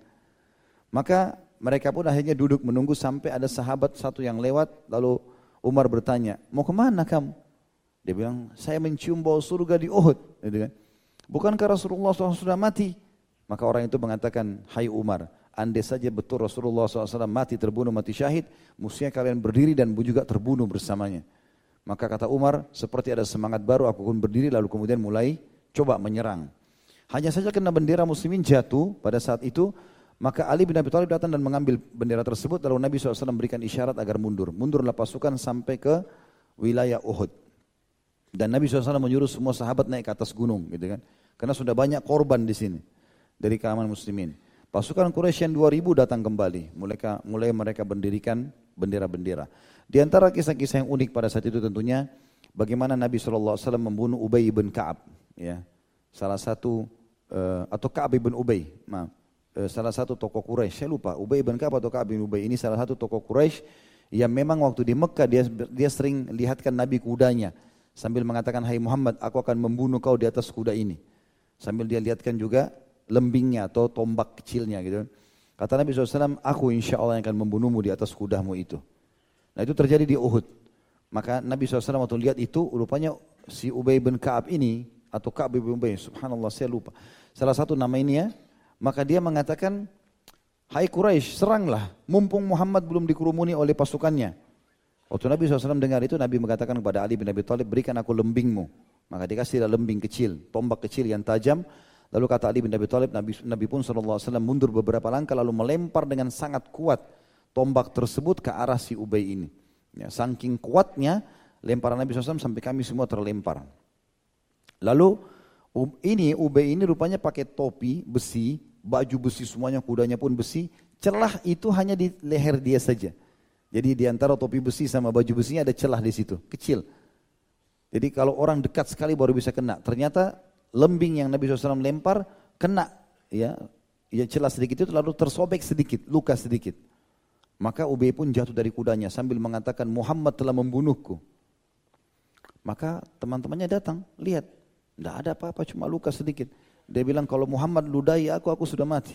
[SPEAKER 1] Maka mereka pun akhirnya duduk menunggu sampai ada sahabat satu yang lewat. Lalu Umar bertanya, mau kemana kamu? Dia bilang, saya mencium bau surga di Uhud. Gitu kan? Bukankah Rasulullah SAW sudah mati? Maka orang itu mengatakan, hai Umar, andai saja betul Rasulullah SAW mati terbunuh mati syahid, mestinya kalian berdiri dan juga terbunuh bersamanya. Maka kata Umar, seperti ada semangat baru aku pun berdiri lalu kemudian mulai coba menyerang. Hanya saja kena bendera muslimin jatuh pada saat itu, maka Ali bin Abi Thalib datang dan mengambil bendera tersebut lalu Nabi SAW memberikan isyarat agar mundur. Mundurlah pasukan sampai ke wilayah Uhud. Dan Nabi SAW menyuruh semua sahabat naik ke atas gunung, gitu kan? Karena sudah banyak korban di sini dari kalangan muslimin. Pasukan Quraisy yang 2000 datang kembali, mulai mereka mendirikan bendera-bendera. Di antara kisah-kisah yang unik pada saat itu tentunya bagaimana Nabi SAW membunuh Ubay bin Ka'ab, ya, salah satu atau Ka'ab bin Ubay, salah satu tokoh Quraisy. Saya lupa Ubay bin Ka'ab atau Ka'ab bin Ubay ini salah satu tokoh Quraisy yang memang waktu di Mekah dia sering lihatkan Nabi kudanya. Sambil mengatakan, hai Muhammad, aku akan membunuh kau di atas kuda ini. Sambil dia lihatkan juga lembingnya atau tombak kecilnya gitu. Kata Nabi SAW, aku insya Allah yang akan membunuhmu di atas kudamu itu. Nah itu terjadi di Uhud. Maka Nabi SAW waktu lihat itu, rupanya si Ubay bin Ka'ab ini, atau Ka'ab bin Ubay, subhanallah saya lupa. Salah satu nama ini ya, maka dia mengatakan, hai Quraisy, seranglah, mumpung Muhammad belum dikerumuni oleh pasukannya. Waktu Nabi SAW dengar itu, Nabi mengatakan kepada Ali bin Abi Thalib, berikan aku lembingmu. Maka dikasihlah lembing kecil, tombak kecil yang tajam. Lalu kata Ali bin Abi Thalib, Nabi pun SAW mundur beberapa langkah, lalu melempar dengan sangat kuat tombak tersebut ke arah si Ubay ini. Ya, saking kuatnya, lemparan Nabi SAW sampai kami semua terlempar. Lalu Ubay ini rupanya pakai topi besi, baju besi semuanya, kudanya pun besi. Celah itu hanya di leher dia saja. Jadi di antara topi besi sama baju besinya ada celah di situ, kecil. Jadi kalau orang dekat sekali baru bisa kena. Ternyata lembing yang Nabi SAW lempar kena ya celah sedikit itu lalu tersobek sedikit, luka sedikit. Maka Ubay pun jatuh dari kudanya sambil mengatakan Muhammad telah membunuhku. Maka teman-temannya datang, lihat, tidak ada apa-apa cuma luka sedikit. Dia bilang kalau Muhammad ludahi aku sudah mati.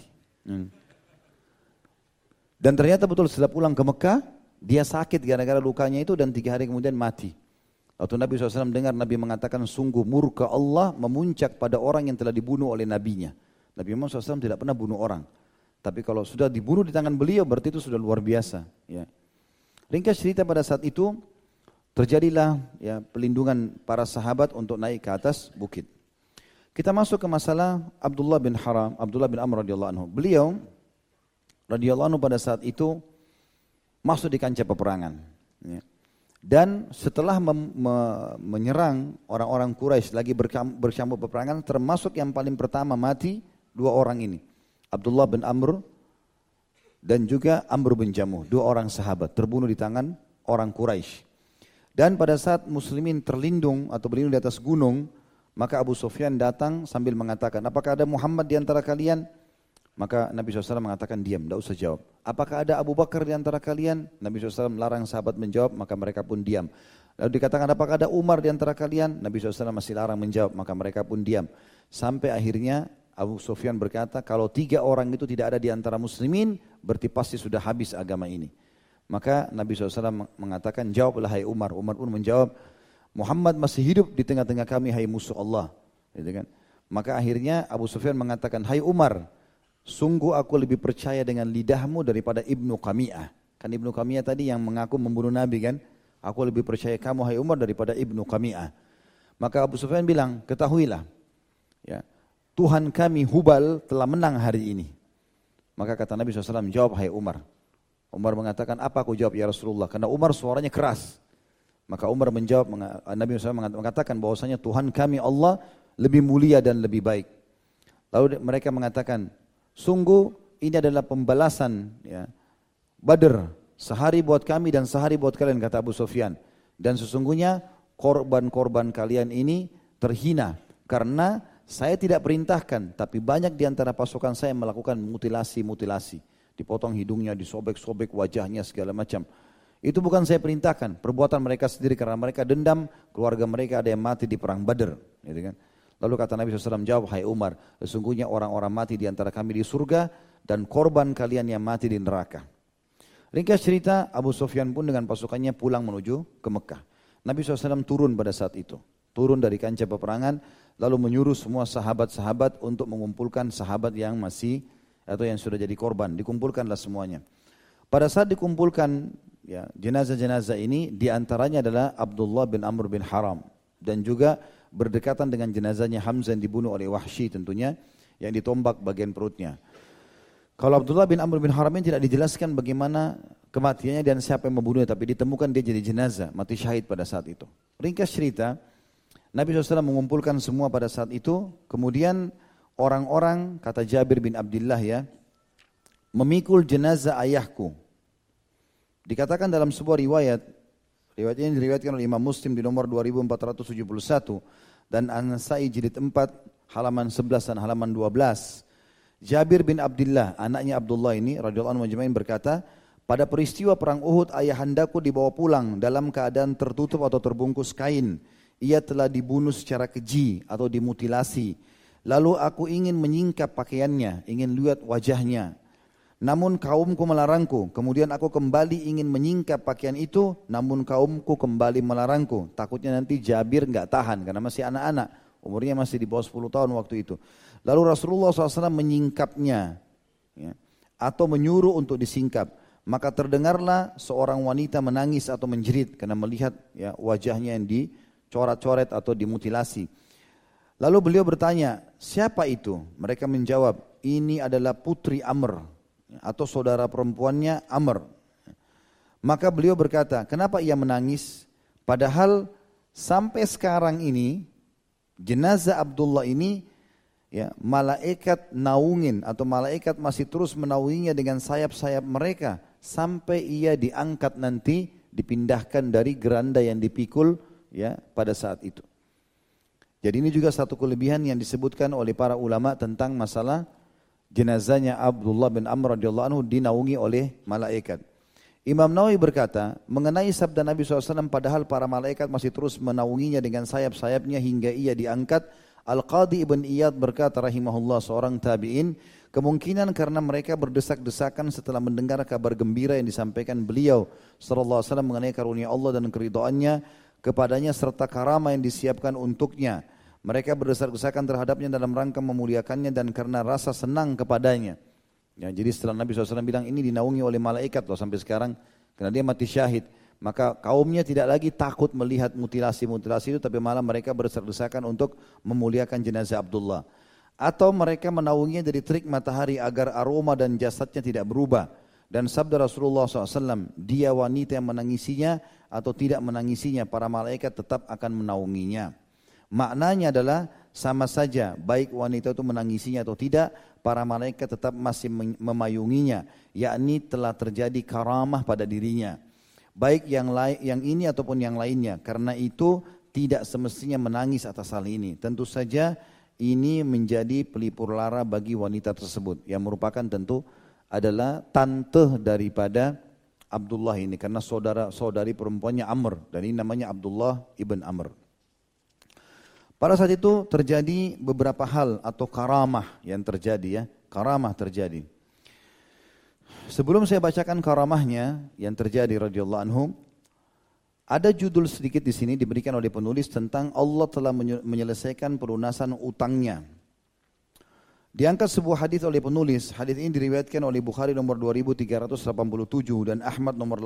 [SPEAKER 1] Dan ternyata betul setelah pulang ke Mekah, dia sakit gara-gara lukanya itu dan 3 hari kemudian mati. Waktu Nabi SAW dengar Nabi mengatakan sungguh murka Allah memuncak pada orang yang telah dibunuh oleh nabinya. Nabi Muhammad SAW tidak pernah bunuh orang. Tapi kalau sudah dibunuh di tangan beliau berarti itu sudah luar biasa. Ya. Ringkas cerita pada saat itu terjadilah ya, pelindungan para sahabat untuk naik ke atas bukit. Kita masuk ke masalah Abdullah bin Amr radhiyallahu anhu. Beliau radhiyallahu anhu pada saat itu masuk di kancah peperangan. Ya. Dan setelah menyerang orang-orang Quraisy lagi bercambuk peperangan, termasuk yang paling pertama mati 2 orang ini. Abdullah bin Amr dan juga Amr bin Jamuh, 2 orang sahabat terbunuh di tangan orang Quraisy. Dan pada saat muslimin terlindung atau berlindung di atas gunung, maka Abu Sufyan datang sambil mengatakan, apakah ada Muhammad di antara kalian? Maka Nabi SAW mengatakan diam, tidak usah jawab. Apakah ada Abu Bakar di antara kalian? Nabi SAW larang sahabat menjawab, maka mereka pun diam. Lalu dikatakan apakah ada Umar di antara kalian? Nabi SAW masih larang menjawab, maka mereka pun diam. Sampai akhirnya Abu Sufyan berkata, kalau 3 orang itu tidak ada di antara muslimin, berarti pasti sudah habis agama ini. Maka Nabi SAW mengatakan, jawablah hai Umar. Umar pun menjawab, Muhammad masih hidup di tengah-tengah kami, hai musuh Allah. Gitu kan? Maka akhirnya Abu Sufyan mengatakan, hai Umar, sungguh aku lebih percaya dengan lidahmu daripada Ibnu Qami'ah. Kan Ibnu Qami'ah tadi yang mengaku membunuh Nabi kan? Aku lebih percaya kamu hai Umar daripada Ibnu Qami'ah. Maka Abu Sufyan bilang, ketahuilah, ya, Tuhan kami Hubal telah menang hari ini. Maka kata Nabi SAW, jawab hai Umar. Umar mengatakan, apa aku jawab ya Rasulullah? Karena Umar suaranya keras. Maka Umar menjawab, Nabi SAW mengatakan bahwasanya Tuhan kami Allah lebih mulia dan lebih baik. Lalu mereka mengatakan, sungguh ini adalah pembalasan ya, Badr. Sehari buat kami dan sehari buat kalian, kata Abu Sufyan. Dan sesungguhnya korban-korban kalian ini terhina. Karena saya tidak perintahkan, tapi banyak di antara pasukan saya melakukan mutilasi. Dipotong hidungnya, disobek-sobek wajahnya, segala macam. Itu bukan saya perintahkan, perbuatan mereka sendiri karena mereka dendam, keluarga mereka ada yang mati di perang Badr. Gitu kan? Lalu kata Nabi SAW, jawab, hai Umar, sesungguhnya orang-orang mati di antara kami di surga dan korban kalian yang mati di neraka. Ringkas cerita, Abu Sufyan pun dengan pasukannya pulang menuju ke Mekah. Nabi SAW turun pada saat itu, turun dari kancah peperangan, lalu menyuruh semua sahabat-sahabat untuk mengumpulkan sahabat yang masih atau yang sudah jadi korban, dikumpulkanlah semuanya. Pada saat dikumpulkan ya, jenazah-jenazah ini, diantaranya adalah Abdullah bin Amr bin Haram dan juga berdekatan dengan jenazahnya Hamzah yang dibunuh oleh Wahsy tentunya, yang ditombak bagian perutnya. Kalau Abdullah bin Amr bin Haram ini tidak dijelaskan bagaimana kematiannya dan siapa yang membunuhnya, tapi ditemukan dia jadi jenazah, mati syahid pada saat itu. Ringkas cerita, Nabi SAW mengumpulkan semua pada saat itu, kemudian orang-orang, kata Jabir bin Abdullah ya, memikul jenazah ayahku. Dikatakan dalam sebuah riwayat ini diriwayatkan oleh Imam Muslim di nomor 2471 dan An-Nasa'i jilid 4 halaman 11 dan halaman 12. Jabir bin Abdullah, anaknya Abdullah ini radhiyallahu anhu majma'in berkata, pada peristiwa perang Uhud ayahandaku dibawa pulang dalam keadaan tertutup atau terbungkus kain. Ia telah dibunuh secara keji atau dimutilasi. Lalu aku ingin menyingkap pakaiannya, ingin lihat wajahnya. Namun kaumku melarangku. Kemudian aku kembali ingin menyingkap pakaian itu, namun kaumku kembali melarangku. Takutnya nanti Jabir enggak tahan karena masih anak-anak. Umurnya masih di bawah 10 tahun waktu itu. Lalu Rasulullah SAW menyingkapnya ya, atau menyuruh untuk disingkap. Maka terdengarlah seorang wanita menangis atau menjerit karena melihat ya, wajahnya yang dicoret-coret atau dimutilasi. Lalu beliau bertanya, siapa itu? Mereka menjawab, ini adalah putri Amr atau saudara perempuannya Amr. Maka beliau berkata, kenapa ia menangis? Padahal sampai sekarang ini jenazah Abdullah ini ya, malaikat naungin atau malaikat masih terus menaunginya dengan sayap-sayap mereka sampai ia diangkat nanti dipindahkan dari geranda yang dipikul ya pada saat itu. Jadi ini juga satu kelebihan yang disebutkan oleh para ulama tentang masalah jenazahnya Abdullah bin Amr radhiyallahu anhu dinaungi oleh malaikat. Imam Nawawi berkata, mengenai sabda Nabi SAW, padahal para malaikat masih terus menaunginya dengan sayap-sayapnya hingga ia diangkat, Al-Qadhi Ibn Iyad berkata rahimahullah, seorang tabi'in, kemungkinan karena mereka berdesak-desakan setelah mendengar kabar gembira yang disampaikan beliau sallallahu alaihi wasallam mengenai karunia Allah dan keridhaannya kepadanya serta karamah yang disiapkan untuknya. Mereka berdesak-desakan terhadapnya dalam rangka memuliakannya dan karena rasa senang kepadanya. Ya, jadi setelah Nabi SAW bilang ini dinaungi oleh malaikat loh sampai sekarang, karena dia mati syahid, maka kaumnya tidak lagi takut melihat mutilasi-mutilasi itu, tapi malah mereka berdesak-desakan untuk memuliakan jenazah Abdullah. Atau mereka menaunginya dari terik matahari agar aroma dan jasadnya tidak berubah. Dan sabda Rasulullah SAW, dia wanita yang menangisinya atau tidak menangisinya, para malaikat tetap akan menaunginya. Maknanya adalah sama saja, baik wanita itu menangisinya atau tidak, para malaikat tetap masih memayunginya, yakni telah terjadi karamah pada dirinya. Baik yang ini ataupun yang lainnya, karena itu tidak semestinya menangis atas hal ini. Tentu saja ini menjadi pelipur lara bagi wanita tersebut, yang merupakan tentu adalah tante daripada Abdullah ini, karena saudari perempuannya Amr, dan ini namanya Abdullah ibn Amr. Pada saat itu terjadi beberapa hal atau karamah yang terjadi ya, karamah terjadi. Sebelum saya bacakan karamahnya yang terjadi radhiyallahu anhum, ada judul sedikit di sini diberikan oleh penulis tentang Allah telah menyelesaikan pelunasan utangnya. Diangkat sebuah hadis oleh penulis. Hadis ini diriwayatkan oleh Bukhari nomor 2387 dan Ahmad nomor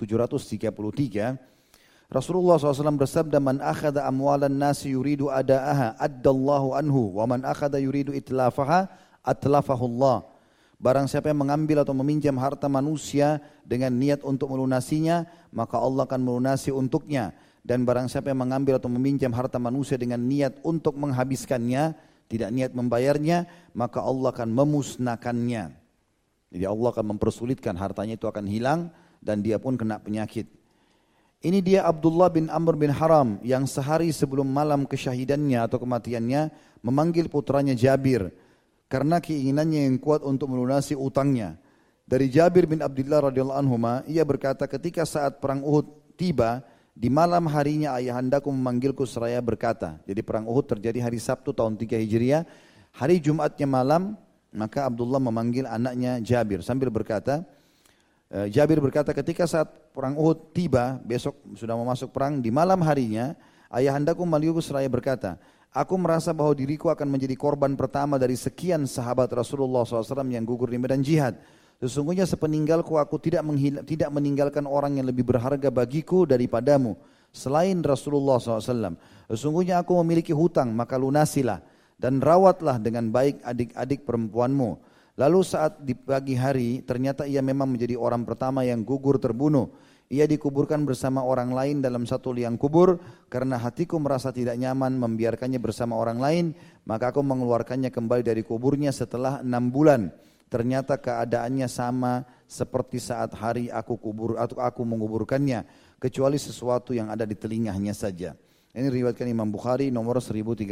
[SPEAKER 1] 8733. Rasulullah SAW bersabda, man akhadha amwalan nasi yuridu ada'aha addallahu anhu wa man akhadha yuridu itlafaha atlafahullah. Barang siapa yang mengambil atau meminjam harta manusia dengan niat untuk melunasinya, maka Allah akan melunasi untuknya. Dan barang siapa yang mengambil atau meminjam harta manusia dengan niat untuk menghabiskannya, tidak niat membayarnya, maka Allah akan memusnahkannya. Jadi Allah akan mempersulitkan, hartanya itu akan hilang dan dia pun kena penyakit. Ini dia Abdullah bin Amr bin Haram yang sehari sebelum malam kesyahidannya atau kematiannya memanggil putranya Jabir karena keinginannya yang kuat untuk melunasi utangnya. Dari Jabir bin Abdullah radhiyallahu anhuma, ia berkata, ketika saat perang Uhud tiba, di malam harinya ayahandaku memanggilku seraya berkata. Jadi perang Uhud terjadi hari Sabtu tahun 3 Hijriah, hari Jumatnya malam, maka Abdullah memanggil anaknya Jabir sambil berkata, Jabir berkata, ketika saat perang Uhud tiba, besok sudah mau masuk perang, di malam harinya, ayahandaku memanggilku seraya berkata, aku merasa bahwa diriku akan menjadi korban pertama dari sekian sahabat Rasulullah SAW yang gugur di medan jihad. Sesungguhnya sepeninggalku aku tidak meninggalkan orang yang lebih berharga bagiku daripadamu, selain Rasulullah SAW. Sesungguhnya aku memiliki hutang, maka lunasilah, dan rawatlah dengan baik adik-adik perempuanmu. Lalu saat di pagi hari, ternyata ia memang menjadi orang pertama yang gugur terbunuh. Ia dikuburkan bersama orang lain dalam satu liang kubur, karena hatiku merasa tidak nyaman membiarkannya bersama orang lain, maka aku mengeluarkannya kembali dari kuburnya setelah 6 bulan. Ternyata keadaannya sama seperti saat hari aku menguburkannya, kecuali sesuatu yang ada di telinganya saja. Ini riwayatkan Imam Bukhari nomor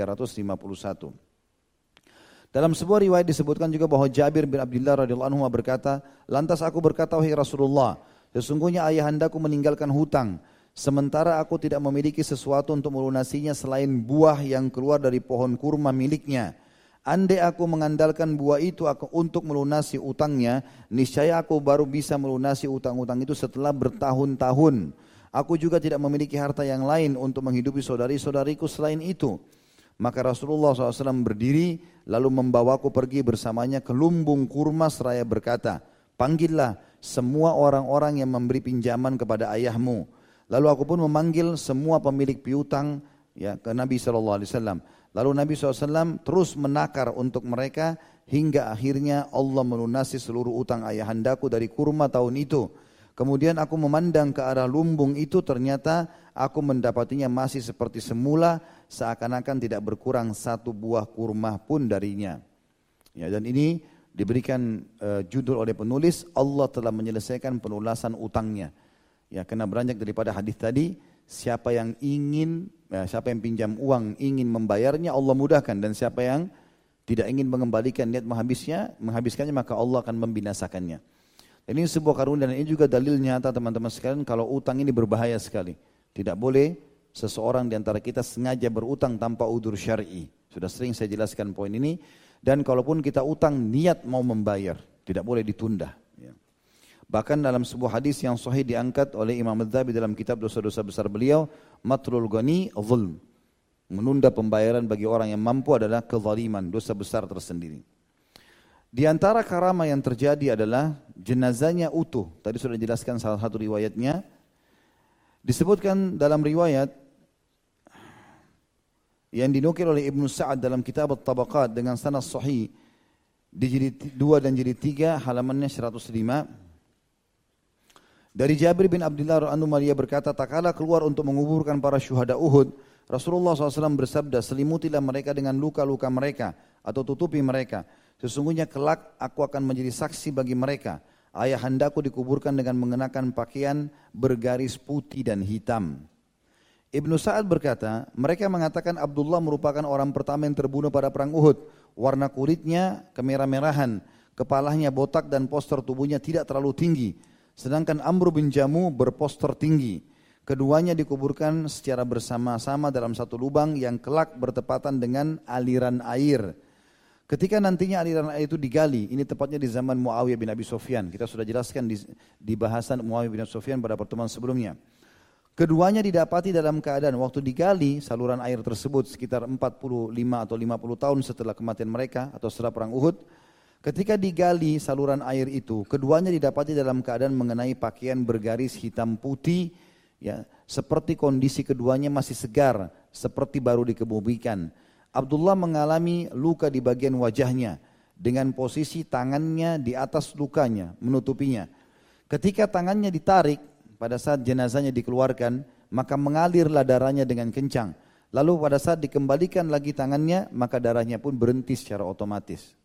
[SPEAKER 1] 1351. Dalam sebuah riwayat disebutkan juga bahwa Jabir bin Abdullah radhiyallahu anhu berkata, lantas aku berkata, wahai Rasulullah, sesungguhnya ayahandaku meninggalkan hutang, sementara aku tidak memiliki sesuatu untuk melunasinya selain buah yang keluar dari pohon kurma miliknya. Andai aku mengandalkan buah itu untuk melunasi utangnya, niscaya aku baru bisa melunasi utang-utang itu setelah bertahun-tahun. Aku juga tidak memiliki harta yang lain untuk menghidupi saudari-saudariku selain itu. Maka Rasulullah SAW berdiri lalu membawaku pergi bersamanya ke lumbung kurma seraya berkata, panggillah semua orang-orang yang memberi pinjaman kepada ayahmu. Lalu aku pun memanggil semua pemilik piutang ya, ke Nabi SAW. Lalu Nabi SAW terus menakar untuk mereka hingga akhirnya Allah melunasi seluruh utang ayahandaku dari kurma tahun itu. Kemudian aku memandang ke arah lumbung itu, ternyata aku mendapatinya masih seperti semula, seakan-akan tidak berkurang satu buah kurma pun darinya. Ya, dan ini diberikan judul oleh penulis, Allah telah menyelesaikan pelunasan utangnya. Ya, karena beranjak daripada hadis tadi, siapa yang pinjam uang ingin membayarnya, Allah mudahkan, dan siapa yang tidak ingin mengembalikan niat menghabiskannya, maka Allah akan membinasakannya. Dan ini sebuah karunia, dan ini juga dalil nyata teman-teman sekalian kalau utang ini berbahaya sekali. Tidak boleh seseorang di antara kita sengaja berutang tanpa udzur syar'i. Sudah sering saya jelaskan poin ini. Dan kalaupun kita utang niat mau membayar, tidak boleh ditunda. Bahkan dalam sebuah hadis yang sahih diangkat oleh Imam Adz-Dzahabi dalam kitab dosa-dosa besar beliau, matlul ghani zulm. Menunda pembayaran bagi orang yang mampu adalah kezaliman, dosa besar tersendiri. Di antara karamah yang terjadi adalah jenazahnya utuh. Tadi sudah dijelaskan salah satu riwayatnya. Disebutkan dalam riwayat yang dinukil oleh Ibnu Sa'ad dalam kitab At-Tabaqat dengan sanad sahih di jilid 2 dan jilid 3 halamannya 105. Dari Jabir bin Abdullah radhiyallahu anhu, ia berkata, tak kala keluar untuk menguburkan para syuhada Uhud, Rasulullah SAW bersabda, selimutilah mereka dengan luka-luka mereka atau tutupi mereka. Sesungguhnya kelak aku akan menjadi saksi bagi mereka. Ayahandaku dikuburkan dengan mengenakan pakaian bergaris putih dan hitam. Ibnu Sa'ad berkata, mereka mengatakan Abdullah merupakan orang pertama yang terbunuh pada perang Uhud. Warna kulitnya kemerah-merahan, kepalanya botak dan postur tubuhnya tidak terlalu tinggi. Sedangkan Amr bin Jamu berpostur tinggi. Keduanya dikuburkan secara bersama-sama dalam satu lubang yang kelak bertepatan dengan aliran air. Ketika nantinya aliran air itu digali, ini tepatnya di zaman Muawiyah bin Abi Sufyan. Kita sudah jelaskan di bahasan Muawiyah bin Abi Sufyan pada pertemuan sebelumnya. Keduanya didapati dalam keadaan waktu digali saluran air tersebut sekitar 45 atau 50 tahun setelah kematian mereka atau setelah perang Uhud. Ketika digali saluran air itu, keduanya didapati dalam keadaan mengenai pakaian bergaris hitam putih, ya, seperti kondisi keduanya masih segar, seperti baru dikebumikan. Abdullah mengalami luka di bagian wajahnya dengan posisi tangannya di atas lukanya, menutupinya. Ketika tangannya ditarik, pada saat jenazahnya dikeluarkan, maka mengalirlah darahnya dengan kencang. Lalu pada saat dikembalikan lagi tangannya, maka darahnya pun berhenti secara otomatis.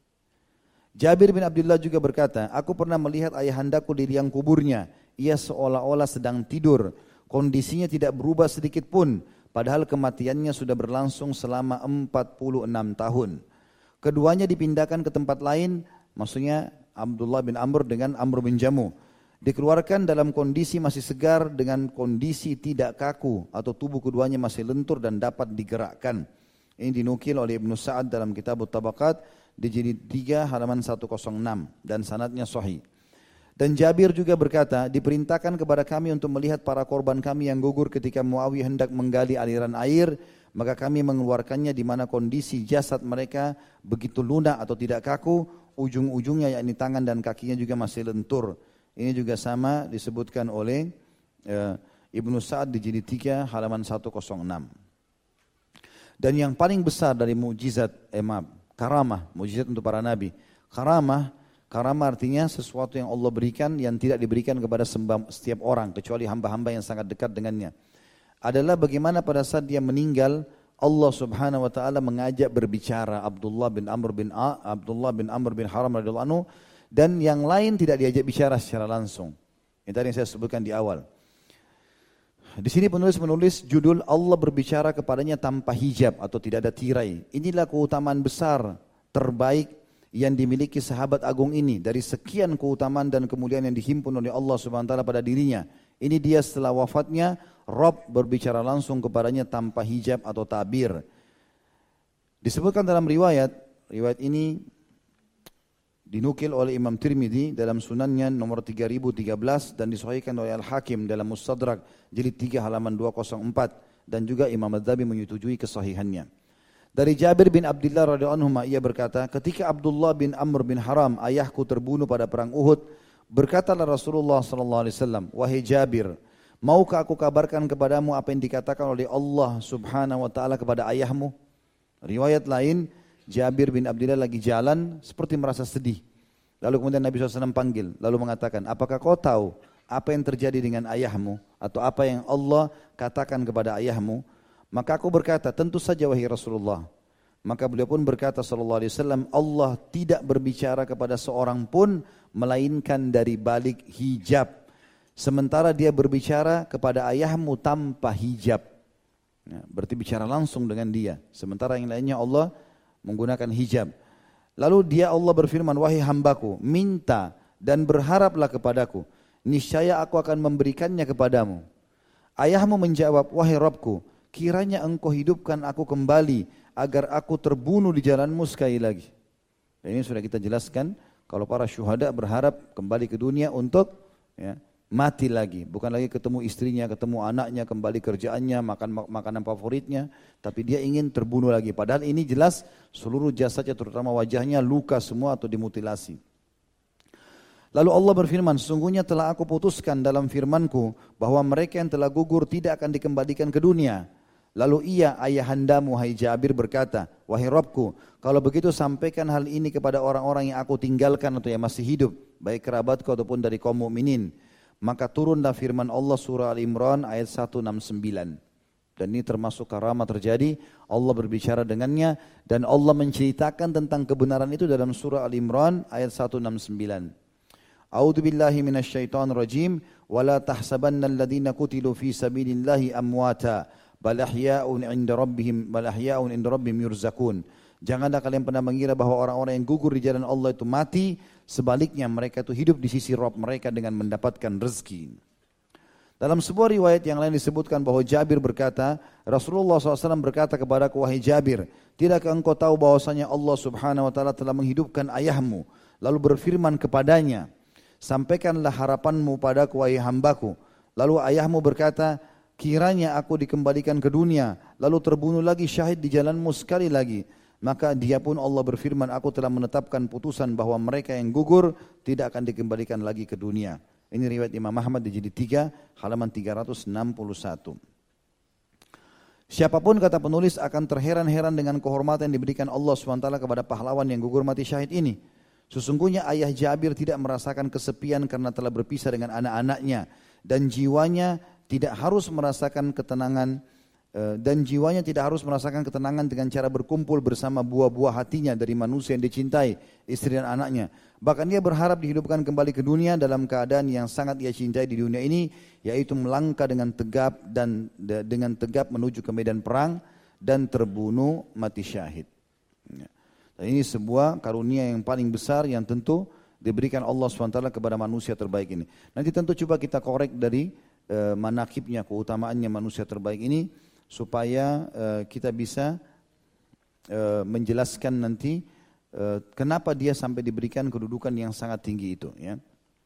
[SPEAKER 1] Jabir bin Abdullah juga berkata, aku pernah melihat ayahandaku di liang kuburnya. Ia seolah-olah sedang tidur. Kondisinya tidak berubah sedikit pun, padahal kematiannya sudah berlangsung selama 46 tahun. Keduanya dipindahkan ke tempat lain, maksudnya Abdullah bin Amr dengan Amr bin Jamu. Dikeluarkan dalam kondisi masih segar dengan kondisi tidak kaku atau tubuh keduanya masih lentur dan dapat digerakkan. Ini dinukil oleh Ibnu Sa'ad dalam kitab At-Tabaqat di jilid 3 halaman 106 dan sanadnya sahih. Dan Jabir juga berkata, diperintahkan kepada kami untuk melihat para korban kami yang gugur ketika Muawiyah hendak menggali aliran air, maka kami mengeluarkannya di mana kondisi jasad mereka begitu lunak atau tidak kaku, ujung-ujungnya yakni tangan dan kakinya juga masih lentur. Ini juga sama disebutkan oleh Ibnu Sa'ad di jilid 3 halaman 106. Dan yang paling besar dari mukjizat karamah, mukjizat untuk para nabi. Karamah artinya sesuatu yang Allah berikan yang tidak diberikan kepada setiap orang kecuali hamba-hamba yang sangat dekat dengannya. Adalah bagaimana pada saat dia meninggal, Allah Subhanahu wa taala mengajak berbicara Abdullah bin Amr bin Haram radhiyallahu anhu, dan yang lain tidak diajak bicara secara langsung. Ini tadi yang saya sebutkan di awal. Di sini penulis menulis judul Allah berbicara kepadanya tanpa hijab atau tidak ada tirai. Inilah keutamaan besar terbaik yang dimiliki sahabat agung ini dari sekian keutamaan dan kemuliaan yang dihimpun oleh Allah Subhanahu wa taala pada dirinya. Ini dia setelah wafatnya, Rabb berbicara langsung kepadanya tanpa hijab atau tabir. Disebutkan dalam riwayat ini dinukil oleh Imam Tirmidzi dalam sunannya nomor 3013 dan disahihkan oleh Al-Hakim dalam Mustadrak jilid 3 halaman 204 dan juga Imam Adz-Dzahabi menyetujui kesahihannya. Dari Jabir bin Abdullah radhiyallahu anhu ia berkata, ketika Abdullah bin Amr bin Haram ayahku terbunuh pada perang Uhud, berkatalah Rasulullah sallallahu alaihi wasallam, wahai Jabir, maukah aku kabarkan kepadamu apa yang dikatakan oleh Allah Subhanahu wa taala kepada ayahmu? Riwayat lain, Jabir bin Abdullah lagi jalan seperti merasa sedih. Lalu kemudian Nabi SAW panggil, lalu mengatakan, apakah kau tahu apa yang terjadi dengan ayahmu? Atau apa yang Allah katakan kepada ayahmu? Maka aku berkata, tentu saja wahai Rasulullah. Maka beliau pun berkata sallallahu alaihi wasallam, Allah tidak berbicara kepada seorang pun melainkan dari balik hijab. sementara dia berbicara kepada ayahmu tanpa hijab. Ya, berarti bicara langsung dengan dia. Sementara yang lainnya Allah menggunakan hijab. Lalu Allah berfirman, wahai hambaku, minta dan berharaplah kepadaku. Niscaya aku akan memberikannya kepadamu. Ayahmu menjawab, wahai Rabbku, kiranya engkau hidupkan aku kembali agar aku terbunuh di jalanmu sekali lagi. Dan ini sudah kita jelaskan, kalau para syuhada berharap kembali ke dunia untuk mati lagi. Bukan lagi ketemu istrinya, ketemu anaknya, kembali kerjaannya, makan makanan favoritnya. Tapi dia ingin terbunuh lagi. Padahal ini jelas seluruh jasadnya terutama wajahnya luka semua atau dimutilasi. Lalu Allah berfirman, sesungguhnya telah aku putuskan dalam firmanku bahwa mereka yang telah gugur tidak akan dikembalikan ke dunia. Lalu ayahandamu hai Jabir berkata, wahai Rabbku, kalau begitu sampaikan hal ini kepada orang-orang yang aku tinggalkan atau yang masih hidup, baik kerabatku ataupun dari kaum mukminin. Maka turunlah firman Allah surah Al-Imran ayat 169. Dan ini termasuk karamah terjadi, Allah berbicara dengannya dan Allah menceritakan tentang kebenaran itu dalam surah Al-Imran ayat 169. A'udzu billahi minasyaitonir rajim wa la tahsabanna alladziina qutilu fi sabilillahi amwata bal ahya'un 'inda rabbihim yurzaqun. Janganlah kalian pernah mengira bahwa orang-orang yang gugur di jalan Allah itu mati, sebaliknya mereka itu hidup di sisi Rabb mereka dengan mendapatkan rezeki. Dalam sebuah riwayat yang lain disebutkan bahwa Jabir berkata, Rasulullah SAW berkata kepadaku, wahai Jabir, tidakkah engkau tahu bahwasanya Allah Subhanahu wa taala telah menghidupkan ayahmu, lalu berfirman kepadanya, sampaikanlah harapanmu padaku wahai hambaku. Lalu ayahmu berkata, kiranya aku dikembalikan ke dunia, lalu terbunuh lagi syahid di jalanmu sekali lagi. Maka dia pun Allah berfirman, aku telah menetapkan putusan bahwa mereka yang gugur tidak akan dikembalikan lagi ke dunia. Ini riwayat Imam Ahmad di jilid 3 halaman 361. Siapapun kata penulis akan terheran-heran dengan kehormatan yang diberikan Allah SWT kepada pahlawan yang gugur mati syahid ini. Sesungguhnya ayah Jabir tidak merasakan kesepian karena telah berpisah dengan anak-anaknya dan jiwanya tidak harus merasakan ketenangan dengan cara berkumpul bersama buah-buah hatinya dari manusia yang dicintai, istri dan anaknya. Bahkan dia berharap dihidupkan kembali ke dunia dalam keadaan yang sangat ia cintai di dunia ini, yaitu melangkah dengan tegap menuju ke medan perang dan terbunuh mati syahid. Dan ini sebuah karunia yang paling besar yang tentu diberikan Allah SWT kepada manusia terbaik ini. Nanti tentu coba kita korek dari manakibnya, keutamaannya manusia terbaik ini, supaya kita bisa menjelaskan nanti kenapa dia sampai diberikan kedudukan yang sangat tinggi itu. Ya.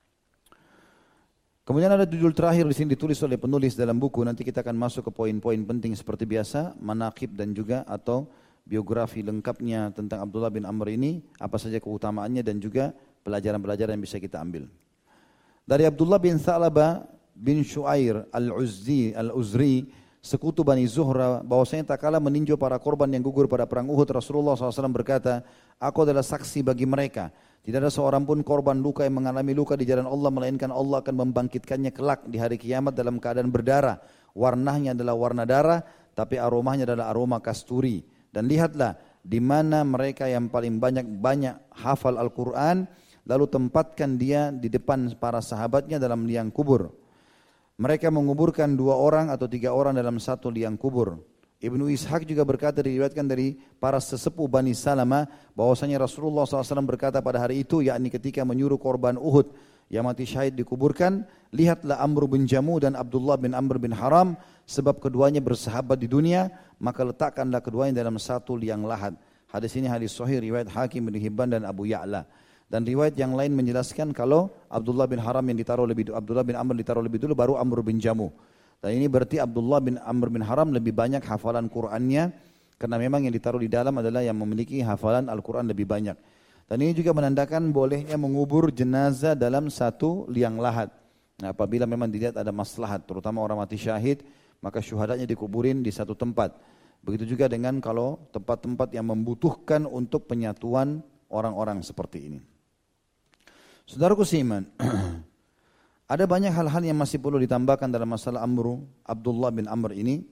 [SPEAKER 1] Kemudian ada judul terakhir di sini ditulis oleh penulis dalam buku. Nanti kita akan masuk ke poin-poin penting seperti biasa, manakib dan juga atau biografi lengkapnya tentang Abdullah bin Amr ini, apa saja keutamaannya dan juga pelajaran-pelajaran yang bisa kita ambil. Dari Abdullah bin Tha'labah bin Syu'air al-Uzri, sekutu Bani Zuhra, bahwasanya tak kala meninjau para korban yang gugur pada perang Uhud, Rasulullah SAW berkata, aku adalah saksi bagi mereka. Tidak ada seorang pun korban luka yang mengalami luka di jalan Allah, melainkan Allah akan membangkitkannya kelak di hari kiamat dalam keadaan berdarah. Warnanya adalah warna darah, tapi aromanya adalah aroma kasturi. Dan lihatlah, di mana mereka yang paling banyak hafal Al-Quran, lalu tempatkan dia di depan para sahabatnya dalam liang kubur. Mereka menguburkan 2 orang atau 3 orang dalam satu liang kubur. Ibnu Ishaq juga berkata, diriwayatkan dari para sesepuh Bani Salamah, bahwasanya Rasulullah SAW berkata pada hari itu, yakni ketika menyuruh korban Uhud yang mati syahid dikuburkan, lihatlah Amr bin Jamu dan Abdullah bin Amr bin Haram, sebab keduanya bersahabat di dunia, maka letakkanlah keduanya dalam satu liang lahat. Hadis ini hadis sahih riwayat Hakim bin Hibban dan Abu Ya'la. Dan riwayat yang lain menjelaskan kalau Abdullah bin Amr ditaruh lebih dulu baru Amr bin Jamu. Dan ini berarti Abdullah bin Amr bin Haram lebih banyak hafalan Qur'annya, karena memang yang ditaruh di dalam adalah yang memiliki hafalan Al-Quran lebih banyak. Dan ini juga menandakan bolehnya mengubur jenazah dalam satu liang lahat. Nah, apabila memang dilihat ada maslahat, terutama orang mati syahid, maka syuhadanya dikuburin di satu tempat. Begitu juga dengan kalau tempat-tempat yang membutuhkan untuk penyatuan orang-orang seperti ini. Saudaraku seiman, ada banyak hal-hal yang masih perlu ditambahkan dalam masalah Abdullah bin Amr ini.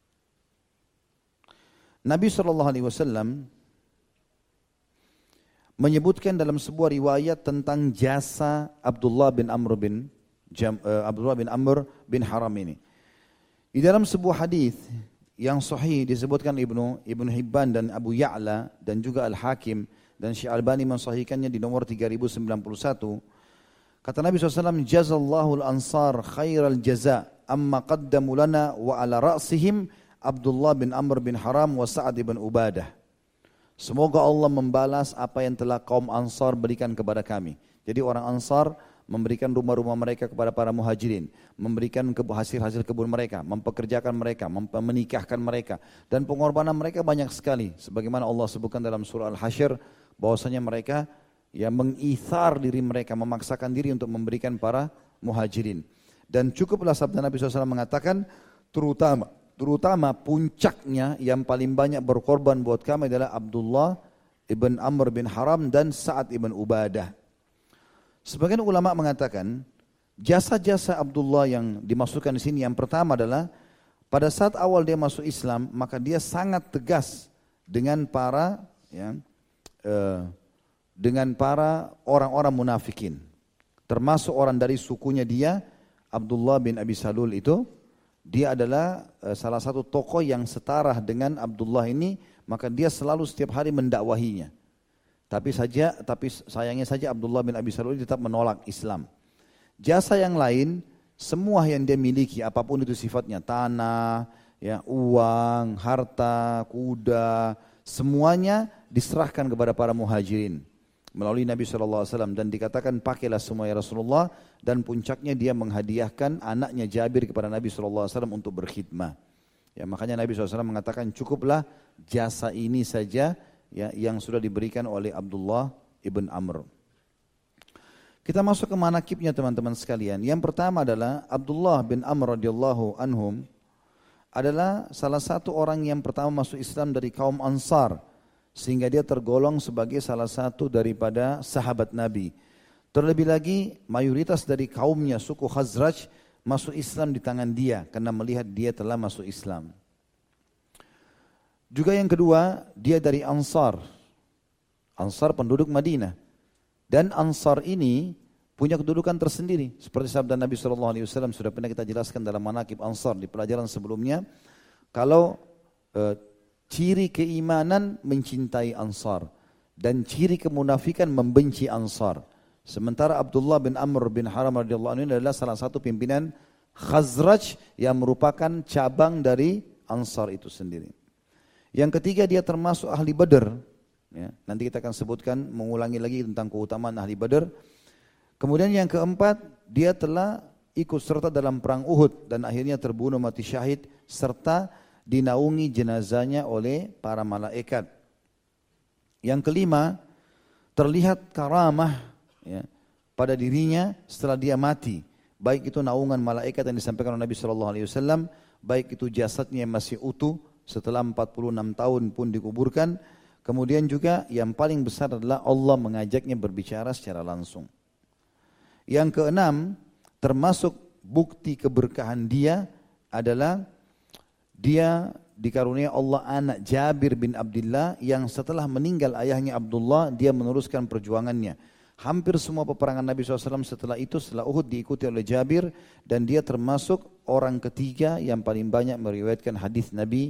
[SPEAKER 1] Nabi SAW menyebutkan dalam sebuah riwayat tentang jasa Abdullah bin Amr bin Haram ini. Di dalam sebuah hadis yang sahih disebutkan Ibnu Hibban dan Abu Ya'la dan juga Al-Hakim dan Syekh Albani mensahihkannya di nomor 3091. Kata Nabi SAW, Jazallahu al-ansar khairal jaza amma qaddamu lana wa ala ra'sihim Abdullah bin Amr bin Haram wa Sa'ad bin Ubadah. Semoga Allah membalas apa yang telah kaum Ansar berikan kepada kami. Jadi orang Ansar memberikan rumah-rumah mereka kepada para muhajirin, memberikan hasil-hasil kebun mereka, mempekerjakan mereka, menikahkan mereka, dan pengorbanan mereka banyak sekali. Sebagaimana Allah sebutkan dalam surah Al-Hasyr, bahwasanya mereka mengithar diri mereka, memaksakan diri untuk memberikan para muhajirin. Dan cukuplah sabda Nabi SAW mengatakan, terutama puncaknya yang paling banyak berkorban buat kami adalah Abdullah ibn Amr bin Haram dan Sa'ad ibn Ubadah. Sebagian ulama mengatakan jasa-jasa Abdullah yang dimasukkan di sini yang pertama adalah pada saat awal dia masuk Islam maka dia sangat tegas dengan para orang-orang munafikin, termasuk orang dari sukunya dia Abdullah bin Abi Salul itu. Dia adalah salah satu tokoh yang setara dengan Abdullah ini, maka dia selalu setiap hari mendakwahinya. Tapi sayangnya saja Abdullah bin Abi Salul tetap menolak Islam. Jasa yang lain, semua yang dia miliki, apapun itu sifatnya, tanah, uang, harta, kuda, semuanya diserahkan kepada para muhajirin melalui Nabi SAW dan dikatakan pakailah semua ya Rasulullah, dan puncaknya dia menghadiahkan anaknya Jabir kepada Nabi SAW untuk berkhidmah. Makanya Nabi SAW mengatakan cukuplah jasa ini saja yang sudah diberikan oleh Abdullah ibn Amr. Kita masuk ke manakibnya teman-teman sekalian. Yang pertama adalah Abdullah bin Amr radhiyallahu anhum adalah salah satu orang yang pertama masuk Islam dari kaum Ansar, sehingga dia tergolong sebagai salah satu daripada sahabat Nabi. Terlebih lagi mayoritas dari kaumnya suku Khazraj masuk Islam di tangan dia karena melihat dia telah masuk Islam. Juga yang kedua, dia dari Ansar. Ansar penduduk Madinah. Dan Ansar ini punya kedudukan tersendiri. Seperti sabda Nabi SAW sudah pernah kita jelaskan dalam manaqib Ansar di pelajaran sebelumnya. Kalau ciri keimanan mencintai Ansar dan ciri kemunafikan membenci Ansar. Sementara Abdullah bin Amr bin Haram radhiyallahu anhu adalah salah satu pimpinan Khazraj yang merupakan cabang dari Ansar itu sendiri. Yang ketiga, dia termasuk ahli Badr. Nanti kita akan sebutkan, mengulangi lagi tentang keutamaan ahli Badr. Kemudian yang keempat, dia telah ikut serta dalam perang Uhud dan akhirnya terbunuh mati syahid serta dinaungi jenazahnya oleh para malaikat. Yang kelima, terlihat karamah pada dirinya setelah dia mati. Baik itu naungan malaikat yang disampaikan oleh Nabi SAW, baik itu jasadnya yang masih utuh setelah 46 tahun pun dikuburkan. Kemudian juga yang paling besar adalah Allah mengajaknya berbicara secara langsung. Yang keenam, termasuk bukti keberkahan dia adalah dia dikaruniai Allah anak Jabir bin Abdullah yang setelah meninggal ayahnya Abdullah, dia meneruskan perjuangannya. Hampir semua peperangan Nabi SAW setelah Uhud diikuti oleh Jabir, dan dia termasuk orang ketiga yang paling banyak meriwayatkan hadis Nabi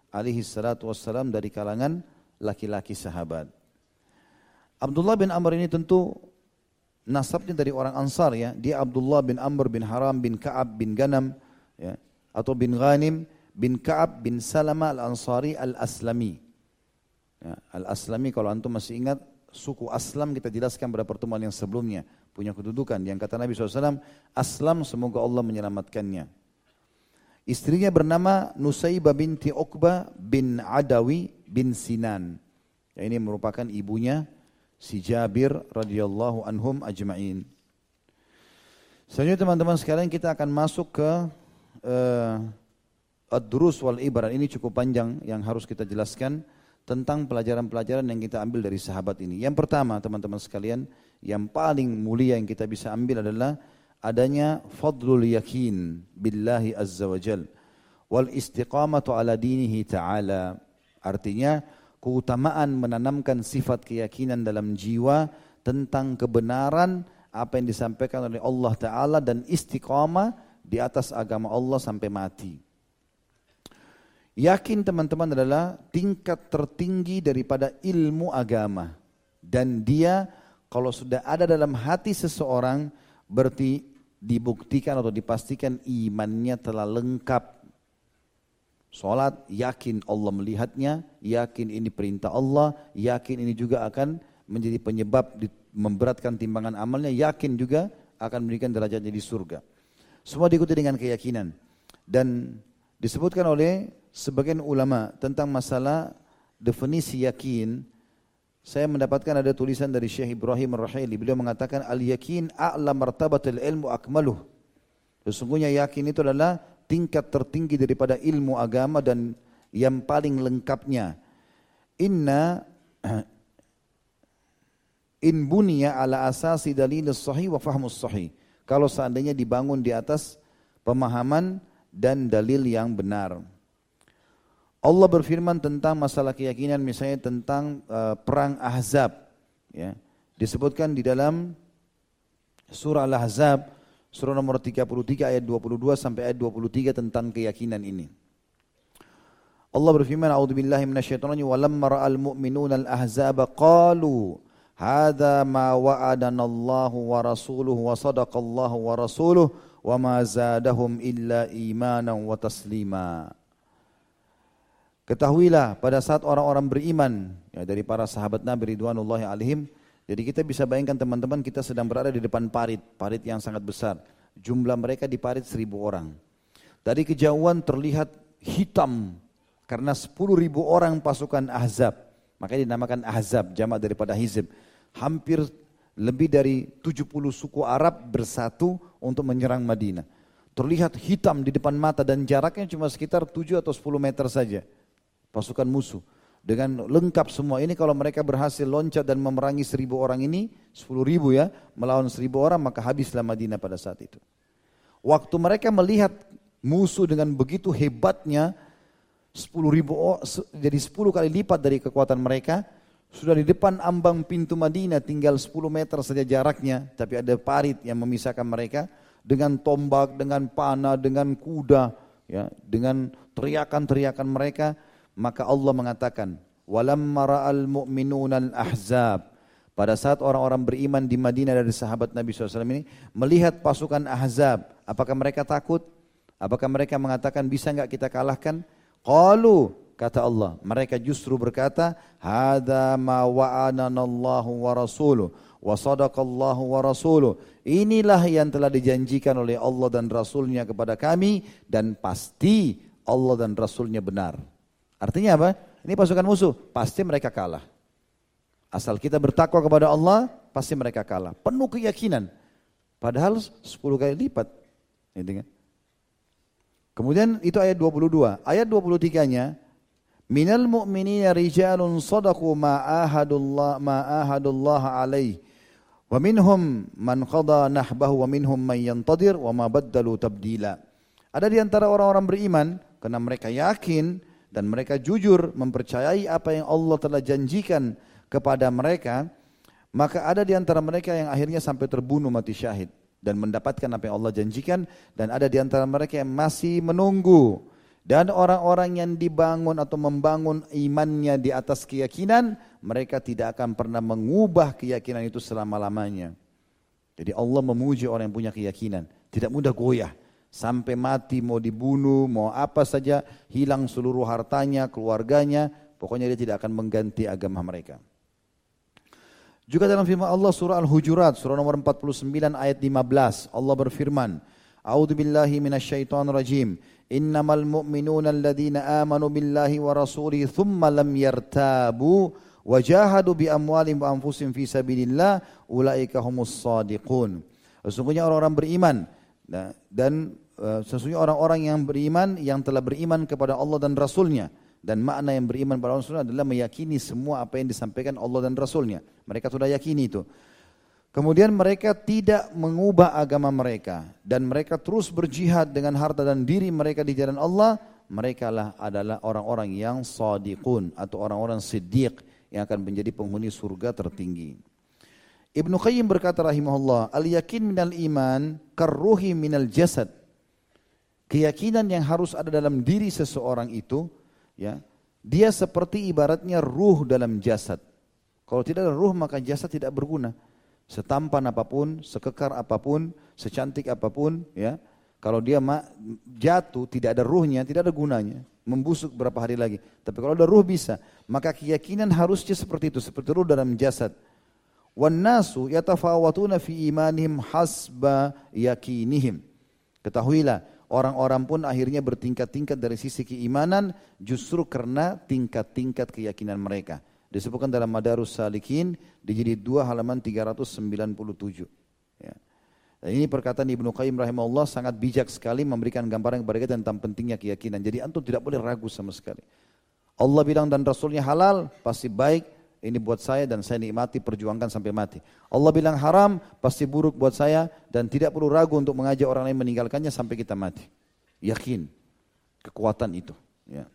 [SPEAKER 1] SAW dari kalangan laki-laki sahabat. Abdullah bin Amr ini tentu nasabnya dari orang Ansar Dia Abdullah bin Amr bin Haram bin Ka'ab bin Ganam atau bin Ghanim bin Ka'ab bin Salama al-Ansari al-Aslami. Al-Aslami kalau antum masih ingat, suku Aslam kita jelaskan pada pertemuan yang sebelumnya. Punya kedudukan yang kata Nabi SAW, Aslam semoga Allah menyelamatkannya. Istrinya bernama Nusaybah binti Uqbah bin Adawi bin Sinan. Ini merupakan ibunya si Jabir radhiyallahu anhum ajma'in. Selanjutnya teman-teman sekalian kita akan masuk ke Ad-Durus wal Ibarat. Ini cukup panjang yang harus kita jelaskan tentang pelajaran-pelajaran yang kita ambil dari sahabat ini. Yang pertama teman-teman sekalian, yang paling mulia yang kita bisa ambil adalah adanya fadlul yakin billahi azza wa jal wal istiqamatu ala dinihi ta'ala. Artinya keutamaan menanamkan sifat keyakinan dalam jiwa tentang kebenaran apa yang disampaikan oleh Allah Ta'ala dan istiqamah di atas agama Allah sampai mati. Yakin teman-teman adalah tingkat tertinggi daripada ilmu agama. Dan dia kalau sudah ada dalam hati seseorang berarti dibuktikan atau dipastikan imannya telah lengkap. Salat, yakin Allah melihatnya, yakin ini perintah Allah, yakin ini juga akan menjadi penyebab memberatkan timbangan amalnya, yakin juga akan memberikan derajatnya di surga. Semua diikuti dengan keyakinan. Dan disebutkan oleh sebagian ulama tentang masalah definisi yakin. Saya mendapatkan ada tulisan dari Syekh Ibrahim Ar-Rahili. Beliau mengatakan al-yakin a'la martabatil ilmu akmaluh. Sesungguhnya yakin itu adalah tingkat tertinggi daripada ilmu agama dan yang paling lengkapnya. In buniya ala asasi dalilus sahih wa fahmus sahih. Kalau seandainya dibangun di atas pemahaman dan dalil yang benar. Allah berfirman tentang masalah keyakinan misalnya tentang perang Ahzab. Ya. Disebutkan di dalam surah Al-Ahzab, surah nomor 33 ayat 22 sampai ayat 23 tentang keyakinan ini. Allah berfirman, "A'udzubillahi minasyaitonir rajim, walamma ra'al mu'minuna al-ahzaba qalu hadza ma wa'adanallahu wa rasuluhu wa sadaqallahu wa rasuluhu wa ma zadahum illa imanan wa taslima." Ketahuilah pada saat orang-orang beriman ya, dari para sahabat Nabi ridwanullahi alaihim. Jadi kita bisa bayangkan teman-teman kita sedang berada di depan parit yang sangat besar. Jumlah mereka di parit 1.000 orang. Dari kejauhan terlihat hitam karena 10.000 orang pasukan Ahzab. Makanya dinamakan Ahzab, jamak daripada Hizb. Hampir lebih dari 70 suku Arab bersatu untuk menyerang Madinah. Terlihat hitam di depan mata dan jaraknya cuma sekitar 7 atau 10 meter saja. Pasukan musuh. Dengan lengkap semua ini kalau mereka berhasil loncat dan memerangi 1.000 orang ini, 10.000 ya, melawan 1.000 orang maka habislah Madinah pada saat itu. Waktu mereka melihat musuh dengan begitu hebatnya, 10.000 jadi 10 kali lipat dari kekuatan mereka, sudah di depan ambang pintu Madinah tinggal 10 meter saja jaraknya, tapi ada parit yang memisahkan mereka dengan tombak, dengan panah, dengan kuda, ya, dengan teriakan-teriakan mereka. Maka Allah mengatakan, walamma ra'al mu'minuna al-ahzab. Pada saat orang-orang beriman di Madinah dari sahabat Nabi SAW ini, melihat pasukan Ahzab, apakah mereka takut? Apakah mereka mengatakan, bisa enggak kita kalahkan? Qalu, kata Allah, mereka justru berkata, hadza ma wa'adanallahu wa rasuluh, wa sadaqallahu wa rasuluh. Inilah yang telah dijanjikan oleh Allah dan Rasulnya kepada kami, dan pasti Allah dan Rasulnya benar. Artinya apa? Ini pasukan musuh, pasti mereka kalah. Asal kita bertakwa kepada Allah, pasti mereka kalah. Penuh keyakinan. Padahal 10 kali lipat. Kemudian itu ayat 22. Ayat 23-nya, minal mu'minina rijalun sadaqu ma ahadullah alaih. Wa minhum man qada nahbahu wa minhum man yantadir wa ma baddalu tabdila. Ada di antara orang-orang beriman, karena mereka yakin dan mereka jujur mempercayai apa yang Allah telah janjikan kepada mereka, maka ada di antara mereka yang akhirnya sampai terbunuh mati syahid dan mendapatkan apa yang Allah janjikan, dan ada di antara mereka yang masih menunggu. Dan orang-orang yang dibangun atau membangun imannya di atas keyakinan, mereka tidak akan pernah mengubah keyakinan itu selama-lamanya. Jadi Allah memuji orang yang punya keyakinan, tidak mudah goyah. Sampai mati, mau dibunuh, mau apa saja, hilang seluruh hartanya, keluarganya, pokoknya dia tidak akan mengganti agama mereka. Juga dalam firman Allah surah Al-Hujurat, surah nomor 49 ayat 15, Allah berfirman, A'udzubillahi minasyaitonirrajim, innamal mu'minuna alladhina amanu billahi wa rasulihi thumma lam yartabu wa jahadu bi amwalihim wa anfusihim fi sabilillah ulaika humus shadiqun. Sesungguhnya orang-orang beriman dan sesungguhnya orang-orang yang beriman, yang telah beriman kepada Allah dan Rasulnya. Dan makna yang beriman kepada Allah dan Rasulnya adalah meyakini semua apa yang disampaikan Allah dan Rasulnya. Mereka sudah yakini itu. Kemudian mereka tidak mengubah agama mereka. Dan mereka terus berjihad dengan harta dan diri mereka di jalan Allah. mereka adalah orang-orang yang shadiqun atau orang-orang siddiq yang akan menjadi penghuni surga tertinggi. Ibnu Qayyim berkata rahimahullah, al-yakin minal iman karruhi minal jasad. Keyakinan yang harus ada dalam diri seseorang itu, ya, dia seperti ibaratnya ruh dalam jasad. Kalau tidak ada ruh maka jasad tidak berguna. Setampan apapun, sekekar apapun, secantik apapun, ya, kalau dia jatuh tidak ada ruhnya, tidak ada gunanya. Membusuk berapa hari lagi. Tapi kalau ada ruh bisa. Maka keyakinan harusnya seperti itu, seperti ruh dalam jasad. Wan nasu yatafawatuna fi imanihim hasba yakinihim. Ketahuilah, orang-orang pun akhirnya bertingkat-tingkat dari sisi keimanan justru karena tingkat-tingkat keyakinan mereka. Disebutkan dalam Madarus Salikin di jilid 2 halaman 397. Ya. Dan ini perkataan Ibnu Qayyim rahimahullah sangat bijak sekali memberikan gambaran kepada kita tentang pentingnya keyakinan. Jadi antum tidak boleh ragu sama sekali. Allah bilang dan Rasulnya halal, pasti baik, ini buat saya dan saya nikmati, perjuangkan sampai mati. Allah bilang haram, pasti buruk buat saya dan tidak perlu ragu untuk mengajak orang lain meninggalkannya sampai kita mati. Yakin kekuatan itu. Ya.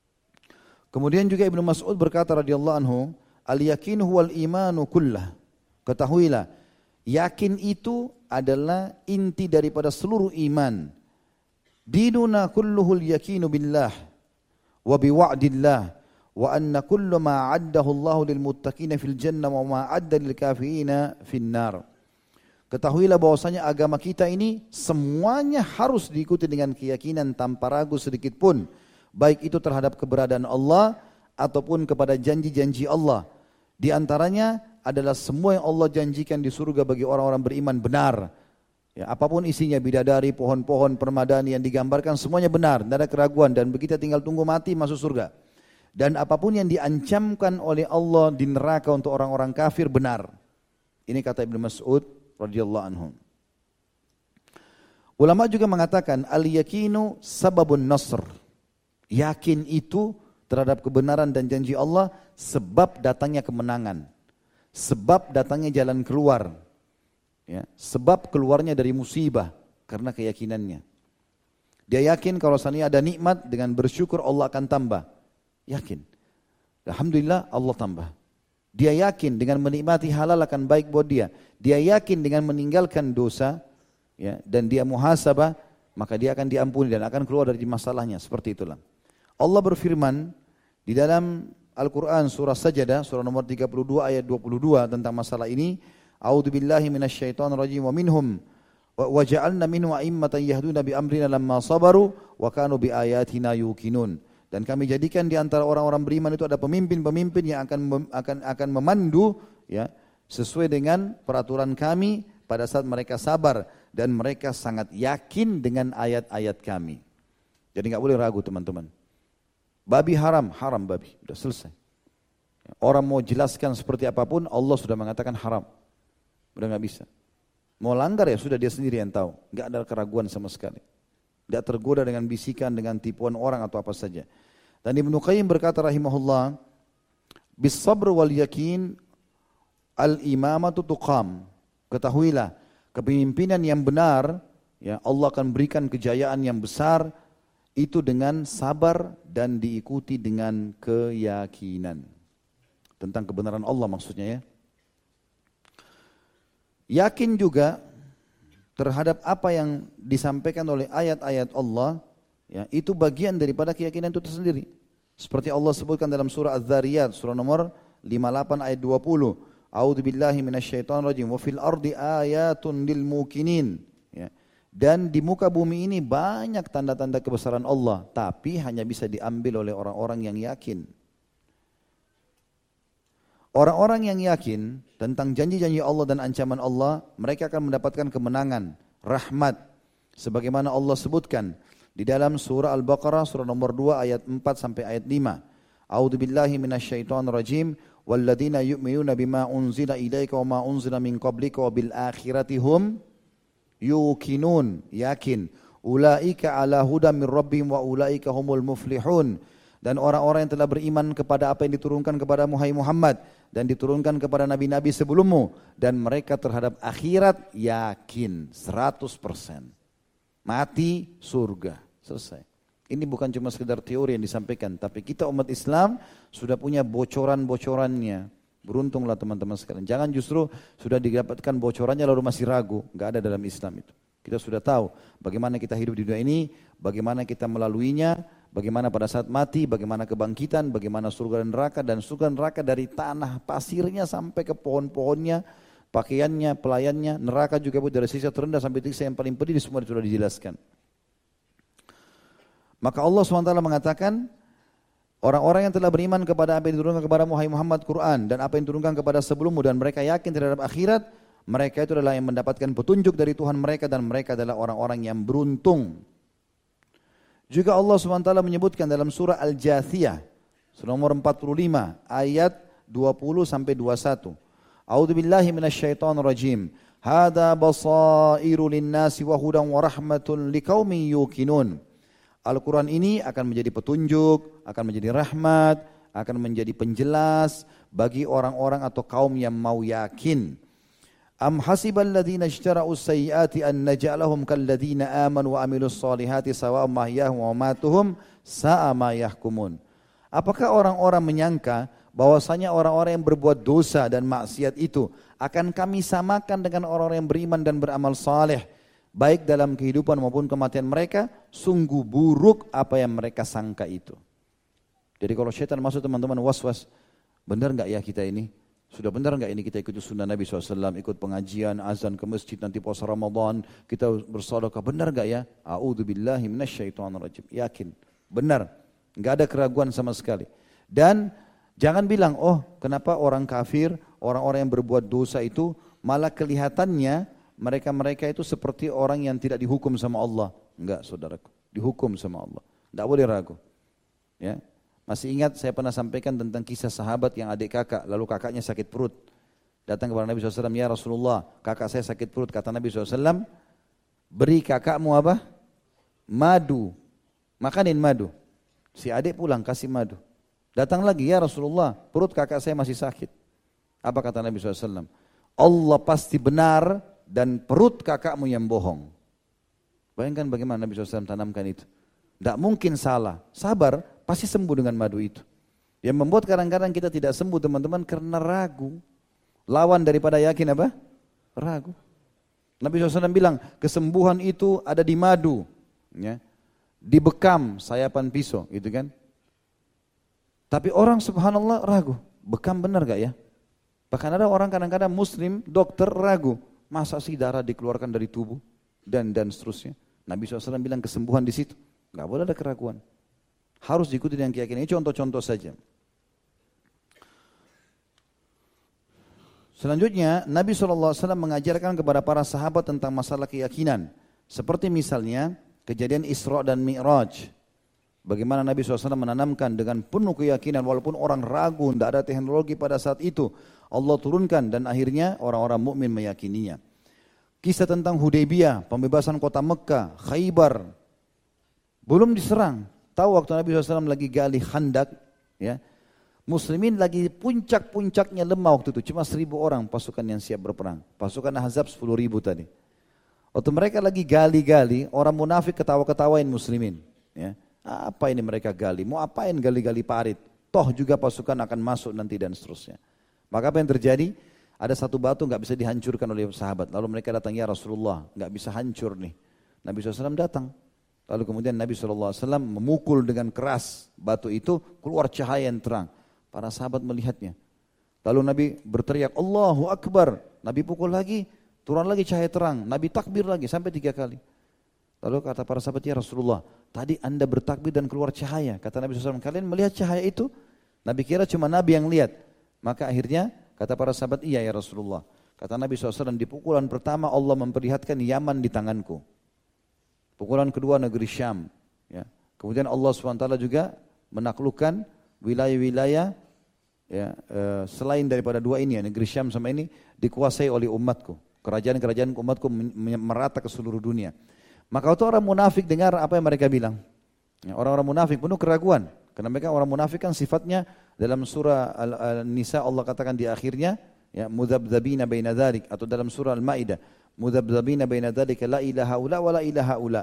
[SPEAKER 1] Kemudian juga Ibnu Mas'ud berkata radhiyallahu anhu, al-yakin huwal imanu kullah. Ketahuilah, yakin itu adalah inti daripada seluruh iman. Dinuna kulluhul yakinu billah wa biwa'dillah wa anna kullu ma 'addahu Allahu lil muttaqina fil jannah wa ma 'adda lil kafirina fin nar. Ketahuilah bahwasanya agama kita ini semuanya harus diikuti dengan keyakinan tanpa ragu sedikit pun. Baik itu terhadap keberadaan Allah ataupun kepada janji-janji Allah. Di antaranya adalah semua yang Allah janjikan di surga bagi orang-orang beriman benar. Ya, apapun isinya, bidadari, pohon-pohon, permadani yang digambarkan semuanya benar, tidak ada keraguan dan begitu tinggal tunggu mati masuk surga. Dan apapun yang diancamkan oleh Allah di neraka untuk orang-orang kafir benar. Ini kata Ibnu Mas'ud radhiyallahu anhu. Ulama juga mengatakan al-yakinu sababun nasr. Yakin itu terhadap kebenaran dan janji Allah sebab datangnya kemenangan, sebab datangnya jalan keluar, ya, sebab keluarnya dari musibah karena keyakinannya. Dia yakin kalau seandainya ada nikmat dengan bersyukur Allah akan tambah, yakin. Alhamdulillah Allah tambah. Dia yakin dengan menikmati halal akan baik buat dia. Dia yakin dengan meninggalkan dosa, ya, dan dia muhasabah, maka dia akan diampuni dan akan keluar dari masalahnya. Seperti itulah. Allah berfirman di dalam Al-Quran surah Sajdah, surah nomor 32 ayat 22 tentang masalah ini. A'udzubillahi minasyaitonirrajim wa minhum wa ja'alna minhum a'immatan yahduna bi amrina lamma sabaru wa kanu bi ayatina yuqinun. Dan kami jadikan di antara orang-orang beriman itu ada pemimpin-pemimpin yang akan memandu, ya, sesuai dengan peraturan kami pada saat mereka sabar dan mereka sangat yakin dengan ayat-ayat kami. Jadi enggak boleh ragu teman-teman. Babi haram, haram babi, sudah selesai. Orang mau jelaskan seperti apapun, Allah sudah mengatakan haram. Udah enggak bisa. Mau langgar ya sudah dia sendiri yang tahu. Enggak ada keraguan sama sekali. Tidak tergoda dengan bisikan, dengan tipuan orang atau apa saja. Dan Ibnu Qayyim berkata rahimahullah, bis sabr wal yakin al-imamatu tuqam. Ketahuilah, kepemimpinan yang benar, ya, Allah akan berikan kejayaan yang besar itu dengan sabar dan diikuti dengan keyakinan. Tentang kebenaran Allah maksudnya, ya. Yakin juga terhadap apa yang disampaikan oleh ayat-ayat Allah, ya, itu bagian daripada keyakinan itu tersendiri. Seperti Allah sebutkan dalam surah Az-Zariyat, surah nomor 58 ayat 20. A'udzubillahi minasyaitonirrajim wa fil ardi ayatun lil muqinin. Ya. Dan di muka bumi ini banyak tanda-tanda kebesaran Allah, tapi hanya bisa diambil oleh orang-orang yang yakin. Orang-orang yang yakin tentang janji-janji Allah dan ancaman Allah, mereka akan mendapatkan kemenangan, rahmat. Sebagaimana Allah sebutkan di dalam surah Al-Baqarah, surah nomor 2 ayat 4 sampai ayat 5. A'udzubillahi minasyaitonirrajim. Walladzina yu'minuna bima unzila ilaika wa ma unzila min qablika wa bil akhirati hum yuqinun, yakin. Ulaika ala hudan min rabbihim wa ulaika humul muflihun. Dan orang-orang yang telah beriman kepada apa yang diturunkan kepada Muhammad dan diturunkan kepada nabi-nabi sebelummu, dan mereka terhadap akhirat yakin 100%. Mati surga, selesai. Ini bukan cuma sekedar teori yang disampaikan, tapi kita umat Islam sudah punya bocoran-bocorannya. Beruntunglah teman-teman sekalian. Jangan justru sudah didapatkan bocorannya lalu masih ragu. Enggak ada dalam Islam itu. Kita sudah tahu bagaimana kita hidup di dunia ini, bagaimana kita melaluinya, bagaimana pada saat mati, bagaimana kebangkitan, bagaimana surga dan neraka dari tanah pasirnya sampai ke pohon-pohonnya, pakaiannya, pelayannya, neraka juga dari sisa terendah sampai sisa yang paling pedih, semua sudah dijelaskan. Maka Allah SWT mengatakan, orang-orang yang telah beriman kepada apa yang diturunkan kepada Muhammad Quran dan apa yang diturunkan kepada sebelummu dan mereka yakin terhadap akhirat, mereka itu adalah yang mendapatkan petunjuk dari Tuhan mereka dan mereka adalah orang-orang yang beruntung. Juga Allah SWT menyebutkan dalam surah Al-Jathiyah, surah nomor 45, ayat 20 sampai 21. A'udzu billahi minasyaitonir rajim. Hada basairu lin-nasi wa hudan wa rahmatun liqaumin yuqinun. Al-Quran ini akan menjadi petunjuk, akan menjadi rahmat, akan menjadi penjelas bagi orang-orang atau kaum yang mau yakin. Am hasibal ladzina ijtara'u sayyiati an naj'alahum kal ladzina amanu wa amilus solihati sawa'un mahyahum wa mamatuhum sa'a ma yahkumun. Apakah orang-orang menyangka bahwasanya orang-orang yang berbuat dosa dan maksiat itu akan kami samakan dengan orang-orang yang beriman dan beramal saleh baik dalam kehidupan maupun kematian mereka? Sungguh buruk apa yang mereka sangka itu. Jadi kalau syaitan masuk teman-teman was-was, benar enggak ya kita ini? Sudah benar enggak ini kita ikut sunnah Nabi SAW, ikut pengajian, azan ke masjid, nanti puasa Ramadan, kita bersedekah, benar enggak ya? A'udzubillahi minasyaitonirrajim. Yakin, benar. Enggak ada keraguan sama sekali. Dan jangan bilang, oh kenapa orang kafir, orang-orang yang berbuat dosa itu malah kelihatannya mereka-mereka itu seperti orang yang tidak dihukum sama Allah. Enggak saudaraku, dihukum sama Allah. Enggak boleh ragu. Ya. Masih ingat saya pernah sampaikan tentang kisah sahabat yang adik kakak, lalu kakaknya sakit perut. Datang kepada Nabi SAW, ya Rasulullah, kakak saya sakit perut. Kata Nabi SAW, beri kakakmu apa? Madu. Makanin madu. Si adik pulang kasih madu. Datang lagi, ya Rasulullah, perut kakak saya masih sakit. Apa kata Nabi SAW? Allah pasti benar dan perut kakakmu yang bohong. Bayangkan bagaimana Nabi SAW tanamkan itu. Tidak mungkin salah. Sabar, pasti sembuh dengan madu itu. Yang membuat kadang-kadang kita tidak sembuh teman-teman karena ragu. Lawan daripada yakin apa? Ragu. Nabi SAW bilang, kesembuhan itu ada di madu. Ya. Dibekam sayapan pisau, gitu kan. Tapi orang subhanallah ragu. Bekam benar gak ya? Bahkan ada orang kadang-kadang muslim, dokter ragu. Masa sih darah dikeluarkan dari tubuh? Dan seterusnya. Nabi SAW bilang kesembuhan di situ. Gak boleh ada keraguan. Harus diikuti dengan keyakinan. Ini contoh-contoh saja. Selanjutnya, Nabi SAW mengajarkan kepada para sahabat tentang masalah keyakinan. Seperti misalnya, kejadian Isra dan Mi'raj. Bagaimana Nabi SAW menanamkan dengan penuh keyakinan, walaupun orang ragu, tidak ada teknologi pada saat itu. Allah turunkan dan akhirnya orang-orang mukmin meyakininya. Kisah tentang Hudaybiyah, pembebasan kota Mekah, Khaybar. Belum diserang. Tahu waktu Nabi SAW lagi gali khandak, ya, muslimin lagi puncak-puncaknya lemah waktu itu. Cuma 1.000 orang pasukan yang siap berperang. Pasukan Ahzab 10.000 tadi. Waktu mereka lagi gali-gali, orang munafik ketawa-ketawain muslimin. Ya. Apa ini mereka gali? Mau apain gali-gali parit? Toh juga pasukan akan masuk nanti dan seterusnya. Maka apa yang terjadi? Ada satu batu nggak bisa dihancurkan oleh sahabat. Lalu mereka datang, ya Rasulullah, nggak bisa hancur nih. Nabi SAW datang. Lalu kemudian Nabi SAW memukul dengan keras batu itu, keluar cahaya yang terang. Para sahabat melihatnya. Lalu Nabi berteriak, Allahu Akbar. Nabi pukul lagi, turun lagi cahaya terang. Nabi takbir lagi sampai 3 kali. Lalu kata para sahabat, ya Rasulullah, tadi anda bertakbir dan keluar cahaya. Kata Nabi SAW, kalian melihat cahaya itu? Nabi kira cuma Nabi yang lihat. Maka akhirnya kata para sahabat, iya ya Rasulullah. Kata Nabi SAW, di pukulan pertama Allah memperlihatkan Yaman di tanganku. Pukulan kedua negeri Syam. Ya. Kemudian Allah SWT juga menaklukkan wilayah-wilayah ya, selain daripada dua ini, ya, negeri Syam sama ini dikuasai oleh umatku. Kerajaan-kerajaan umatku merata ke seluruh dunia. Maka waktu orang munafik dengar apa yang mereka bilang. Ya, orang-orang munafik penuh keraguan. Karena mereka orang munafik kan sifatnya dalam surah Al-Nisa Allah katakan di akhirnya, ya, mudhabdhabina baina dzalik, atau dalam surah Al-Maidah, mudhabdhabina baina dzalika la ilaha ula wa la ilaha ula.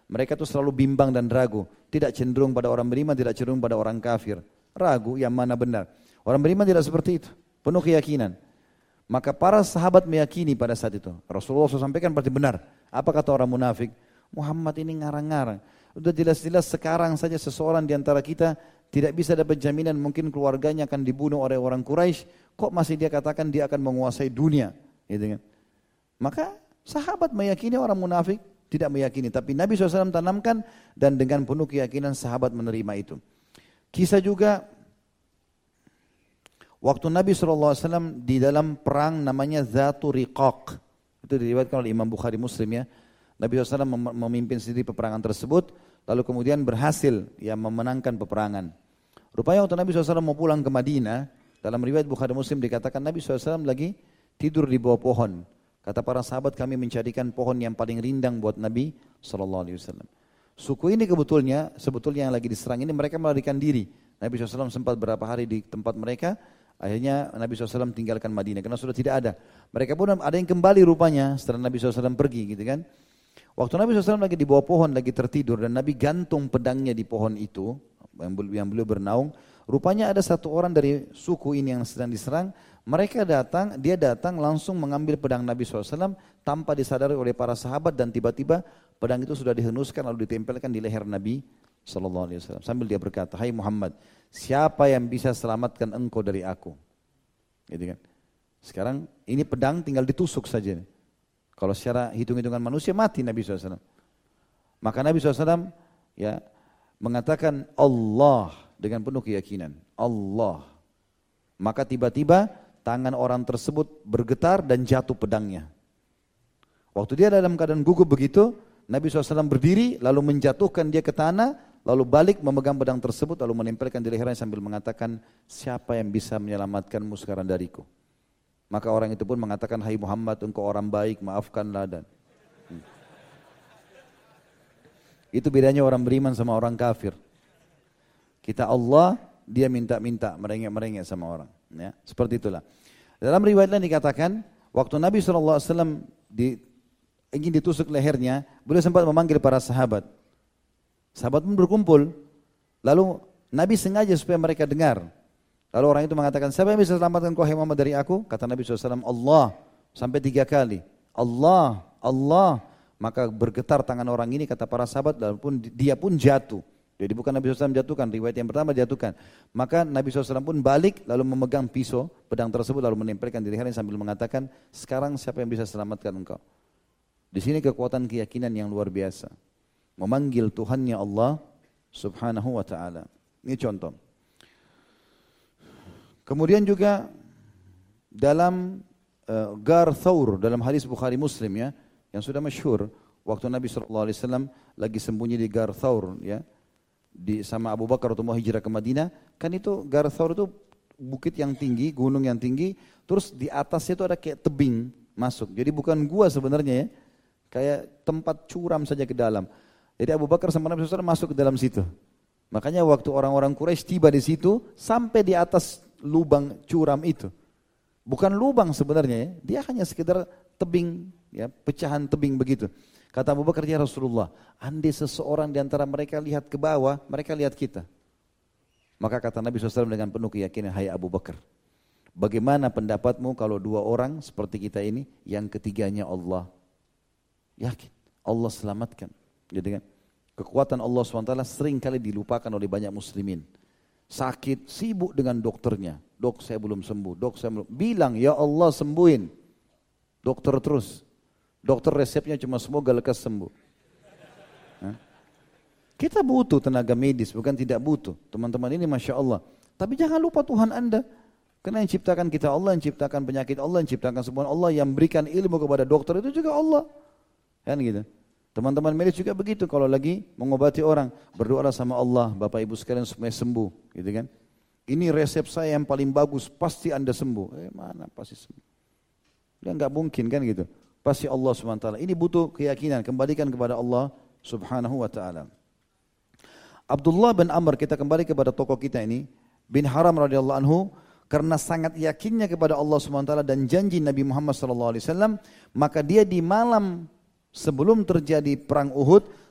[SPEAKER 1] Mereka tuh selalu bimbang dan ragu. Tidak cenderung pada orang beriman, tidak cenderung pada orang kafir. Ragu yang mana benar. Orang beriman tidak seperti itu. Penuh keyakinan. Maka para sahabat meyakini pada saat itu. Rasulullah SAW sampaikan berarti benar. Apa kata orang munafik? Muhammad ini ngarang-ngarang. Udah jelas-jelas sekarang saja seseorang di antara kita tidak bisa dapat jaminan mungkin keluarganya akan dibunuh oleh orang Quraisy. Kok masih dia katakan dia akan menguasai dunia? Gitu kan? Maka sahabat meyakini, orang munafik tidak meyakini. Tapi Nabi SAW tanamkan dan dengan penuh keyakinan sahabat menerima itu. Kisah juga waktu Nabi SAW di dalam perang namanya Zatul Riqaq. Itu diriwayatkan oleh Imam Bukhari Muslim ya. Nabi SAW memimpin sendiri peperangan tersebut. Lalu kemudian berhasil ya memenangkan peperangan. Rupanya waktu Nabi SAW mau pulang ke Madinah. Dalam riwayat Bukhari Muslim dikatakan Nabi SAW lagi tidur di bawah pohon. Kata para sahabat, kami mencarikan pohon yang paling rindang buat Nabi SAW. Suku ini sebetulnya yang lagi diserang ini mereka melarikan diri. Nabi SAW sempat berapa hari di tempat mereka, akhirnya Nabi SAW tinggalkan Madinah karena sudah tidak ada. Mereka pun ada yang kembali rupanya setelah Nabi SAW pergi gitu kan. Waktu Nabi SAW lagi di bawah pohon, lagi tertidur dan Nabi gantung pedangnya di pohon itu, yang beliau bernaung. Rupanya ada satu orang dari suku ini yang sedang diserang, dia datang langsung mengambil pedang Nabi SAW tanpa disadari oleh para sahabat dan tiba-tiba pedang itu sudah dihenuskan lalu ditempelkan di leher Nabi SAW. Sambil dia berkata, hai Muhammad, siapa yang bisa selamatkan engkau dari aku? Gitu kan? Sekarang ini pedang tinggal ditusuk saja. Kalau secara hitung-hitungan manusia mati Nabi SAW. Maka Nabi SAW ya, mengatakan Allah dengan penuh keyakinan. Allah. Maka tiba-tiba tangan orang tersebut bergetar dan jatuh pedangnya. Waktu dia dalam keadaan gugup begitu, Nabi SAW berdiri lalu menjatuhkan dia ke tanah, lalu balik memegang pedang tersebut lalu menempelkan di lehernya sambil mengatakan, siapa yang bisa menyelamatkanmu sekarang dariku? Maka orang itu pun mengatakan, hai Muhammad, engkau orang baik, maafkanlah dan itu bedanya orang beriman sama orang kafir. Kita Allah, dia minta-minta, merengek-merengek sama orang. Ya, seperti itulah. Dalam riwayat lain dikatakan, waktu Nabi SAW ingin ditusuk lehernya, beliau sempat memanggil para sahabat. Sahabat pun berkumpul. Lalu Nabi sengaja supaya mereka dengar. Lalu orang itu mengatakan, siapa yang bisa selamatkan kau Muhammad dari aku? Kata Nabi SAW, Allah. Sampai 3 kali. Allah, Allah. Maka bergetar tangan orang ini, kata para sahabat, dan dia pun jatuh. Jadi bukan Nabi SAW jatuhkan, riwayat yang pertama jatuhkan. Maka Nabi SAW pun balik, lalu memegang pisau, pedang tersebut, lalu menempelkan di lehernya sambil mengatakan, sekarang siapa yang bisa selamatkan engkau? Di sini kekuatan keyakinan yang luar biasa. Memanggil Tuhannya Allah Subhanahu wa ta'ala. Ini contoh. Kemudian juga dalam Gar Thawr, dalam hadis Bukhari Muslim ya, yang sudah masyhur, waktu Nabi SAW lagi sembunyi di Gar Thawr ya, sama Abu Bakar waktu mau hijrah ke Madinah, kan itu Gar Thawr itu bukit yang tinggi, gunung yang tinggi, terus di atasnya itu ada kayak tebing masuk. Jadi bukan gua sebenarnya ya, kayak tempat curam saja ke dalam. Jadi Abu Bakar sama Nabi SAW masuk ke dalam situ. Makanya waktu orang-orang Quraisy tiba di situ, sampai di atas lubang curam itu. Bukan lubang sebenarnya ya, dia hanya sekedar tebing, ya, pecahan tebing begitu. Kata Abu Bakar, ya Rasulullah, andai seseorang di antara mereka lihat ke bawah, mereka lihat kita. Maka kata Nabi SAW dengan penuh keyakinan, hai Abu Bakar, bagaimana pendapatmu kalau 2 orang seperti kita ini, yang ketiganya Allah? Yakin, Allah selamatkan. Jadi kan, kekuatan Allah SWT sering kali dilupakan oleh banyak muslimin. Sakit, sibuk dengan dokternya. Dok, saya belum sembuh. Dok, saya belum. Bilang, ya Allah sembuhin. Dokter terus. Dokter resepnya cuma semoga lekas sembuh. Hah? Kita butuh tenaga medis, bukan tidak butuh. Teman-teman ini Masya Allah. Tapi jangan lupa Tuhan Anda. Karena yang ciptakan kita Allah, yang ciptakan penyakit Allah, yang ciptakan semua Allah, yang berikan ilmu kepada dokter itu juga Allah. Kan gitu. Teman-teman medis juga begitu, kalau lagi mengobati orang, berdoalah sama Allah, Bapak Ibu sekalian supaya sembuh, gitu kan. Ini resep saya yang paling bagus, pasti Anda sembuh. Mana pasti sembuh? Ya enggak mungkin kan gitu. Pasti Allah SWT. Ini butuh keyakinan, kembalikan kepada Allah Subhanahu wa ta'ala. Abdullah bin Amr, kita kembali kepada tokoh kita ini, bin Haram radhiyallahu anhu, karena sangat yakinnya kepada Allah SWT dan janji Nabi Muhammad SAW, maka dia di malam sebelum terjadi perang Uhud,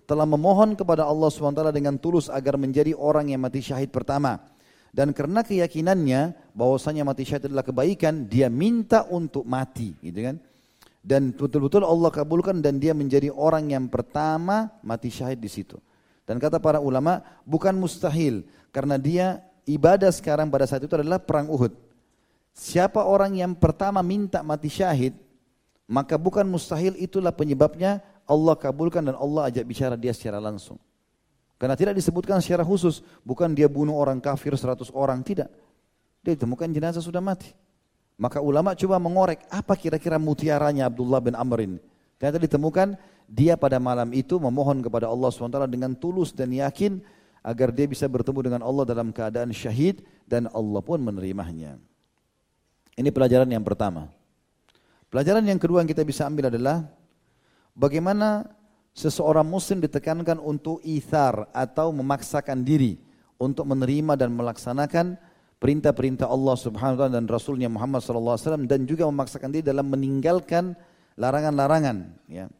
[SPEAKER 1] telah memohon kepada Allah SWT dengan tulus agar menjadi orang yang mati syahid pertama. Dan karena keyakinannya bahwasanya mati syahid adalah kebaikan, dia minta untuk mati, gitu kan? Dan betul-betul Allah kabulkan dan dia menjadi orang yang pertama mati syahid di situ. Dan kata para ulama, bukan mustahil karena dia ibadah sekarang pada saat itu adalah perang Uhud. Siapa orang yang pertama minta mati syahid, maka bukan mustahil itulah penyebabnya Allah kabulkan dan Allah ajak bicara dia secara langsung. Karena tidak disebutkan secara khusus, bukan dia bunuh orang kafir 100 orang, tidak. Dia ditemukan jenazah sudah mati. Maka ulama coba mengorek apa kira-kira mutiaranya Abdullah bin Amr ini. Ternyata ditemukan dia pada malam itu memohon kepada Allah SWT dengan tulus dan yakin agar dia bisa bertemu dengan Allah dalam keadaan syahid dan Allah pun menerimanya. Ini pelajaran yang pertama. Pelajaran yang kedua yang kita bisa ambil adalah bagaimana seseorang muslim ditekankan untuk ithar atau memaksakan diri untuk menerima dan melaksanakan perintah-perintah Allah Subhanahu wa taala dan Rasulnya Muhammad sallallahu alaihi wasallam dan juga memaksakan diri dalam meninggalkan larangan-larangan, ya.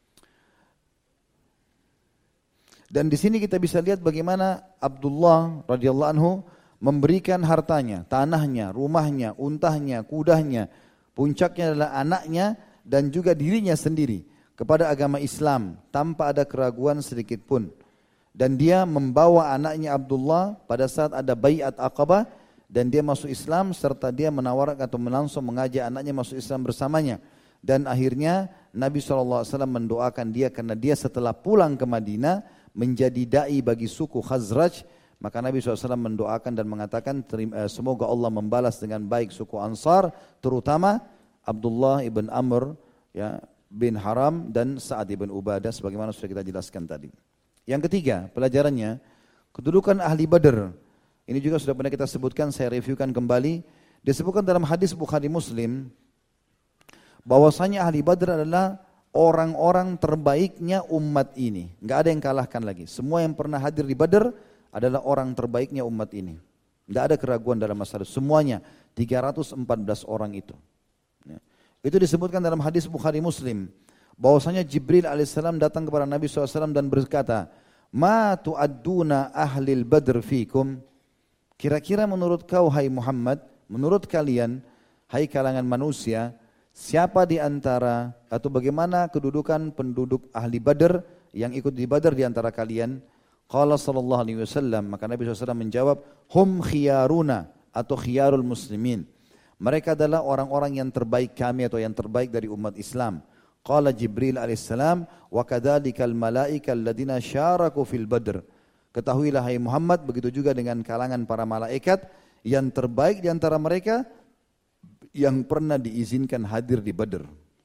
[SPEAKER 1] Dan di sini kita bisa lihat bagaimana Abdullah radhiyallahu anhu memberikan hartanya, tanahnya, rumahnya, untahnya, kudanya, puncaknya adalah anaknya dan juga dirinya sendiri kepada agama Islam tanpa ada keraguan sedikit pun. Dan dia membawa anaknya Abdullah pada saat ada baiat Aqabah dan dia masuk Islam serta dia menawarkan atau langsung mengajak anaknya masuk Islam bersamanya. Dan akhirnya Nabi SAW mendoakan dia karena dia setelah pulang ke Madinah menjadi da'i bagi suku Khazraj. Maka Nabi SAW mendoakan dan mengatakan semoga Allah membalas dengan baik suku Ansar, terutama Abdullah ibn Amr, ya, bin Haram dan Sa'ad ibn Ubadah sebagaimana sudah kita jelaskan tadi. Yang ketiga, pelajarannya kedudukan ahli Badr. Ini juga sudah pernah kita sebutkan, saya reviewkan kembali. Disebutkan dalam hadis Bukhari Muslim bahwasanya ahli Badr adalah orang-orang terbaiknya umat ini. Enggak ada yang kalahkan lagi. Semua yang pernah hadir di Badr adalah orang terbaiknya umat ini. Enggak ada keraguan dalam masalah semuanya 314 orang itu. Itu disebutkan dalam hadis Bukhari Muslim bahwasanya Jibril alaihissalam datang kepada Nabi SAW dan berkata, "Ma tu'adduna ahlil badr fikum?" Kira-kira menurut kau hai Muhammad, menurut kalian hai kalangan manusia, siapa di antara atau bagaimana kedudukan penduduk ahli Badr yang ikut di Badr di antara kalian? Qala sallallahu alaihi wasallam, maka Nabi SAW menjawab, "Hum khiyaruna" atau khiyarul muslimin. Mereka adalah orang-orang yang terbaik kami atau yang terbaik dari umat Islam. Qala Jibril alaihissalam, wa kadzalikal malaika alladziina syaraku fil badr. Ketahuilah hai Muhammad, begitu juga dengan kalangan para malaikat yang terbaik di antara mereka yang pernah diizinkan hadir di Badr.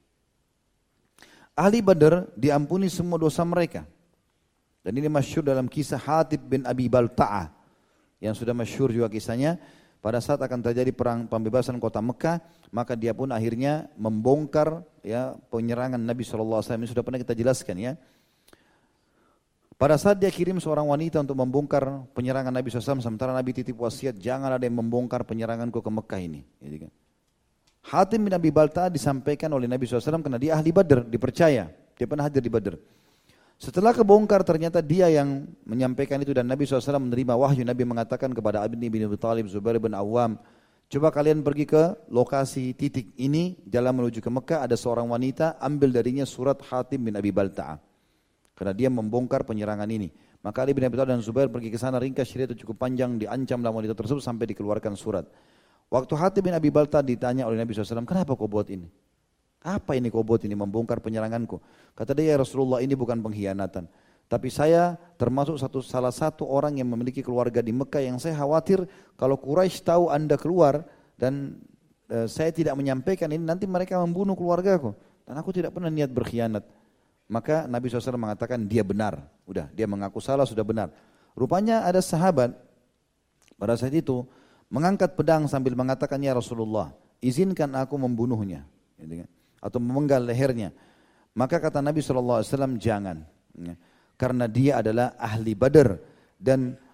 [SPEAKER 1] Ahli Badr diampuni semua dosa mereka. Dan ini masyhur dalam kisah Hatib bin Abi Balta'ah yang sudah masyhur juga kisahnya. Pada saat akan terjadi perang pembebasan kota Mekah, maka dia pun akhirnya membongkar, ya, penyerangan Nabi SAW. Ini sudah pernah kita jelaskan, ya. Pada saat dia kirim seorang wanita untuk membongkar penyerangan Nabi SAW, sementara Nabi titip wasiat, jangan ada yang membongkar penyeranganku ke Mekah ini. Gitu kan. Hatim bin Abi Balta'ah disampaikan oleh Nabi SAW karena dia ahli Badr, dipercaya. Dia pernah hadir di Badr. Setelah kebongkar ternyata dia yang menyampaikan itu dan Nabi SAW menerima wahyu. Nabi mengatakan kepada Ali bin Abi Thalib, Zubair bin Awam, coba kalian pergi ke lokasi titik ini, jalan menuju ke Mekah, ada seorang wanita, ambil darinya surat Hatim bin Abi Balta'ah. Karena dia membongkar penyerangan ini. Maka Ali bin Abi Thalib dan Zubair pergi ke sana, ringkas cerita cukup panjang, diancamlah wanita tersebut sampai dikeluarkan surat. Waktu Hatim bin Abi Balta'ah ditanya oleh Nabi SAW, kenapa kau buat ini? Apa ini kau buat ini, membongkar penyeranganku? Kata dia, ya Rasulullah, ini bukan pengkhianatan. Tapi saya termasuk salah satu orang yang memiliki keluarga di Mekah yang saya khawatir kalau Quraisy tahu anda keluar dan saya tidak menyampaikan ini, nanti mereka membunuh keluargaku. Dan aku tidak pernah niat berkhianat. Maka Nabi SAW mengatakan dia benar. Udah, dia mengaku salah, sudah benar. Rupanya ada sahabat pada saat itu mengangkat pedang sambil mengatakan, ya Rasulullah, izinkan aku membunuhnya. Gitu kan? Atau memenggal lehernya. Maka kata Nabi SAW, jangan. Karena dia adalah ahli Badr. Dan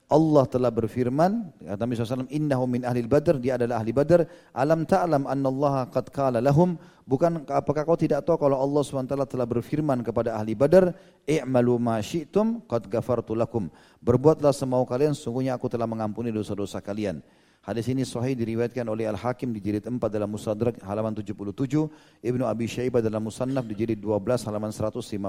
[SPEAKER 1] Allah telah berfirman, kata Nabi SAW, innahu min ahli badr, dia adalah ahli badr. Alam ta'lam anna Allah qad qala lahum, bukan apakah kau tidak tahu kalau Allah SWT telah berfirman kepada ahli badr, i'malu ma syi'tum qad ghafartu lakum. Berbuatlah semau kalian, sungguhnya aku telah mengampuni dosa-dosa kalian. Hadis ini sahih diriwayatkan oleh Al-Hakim di jilid 4 dalam Mustadrak halaman 77, Ibnu Abi Syaibah dalam Musannaf di jilid 12 halaman 155.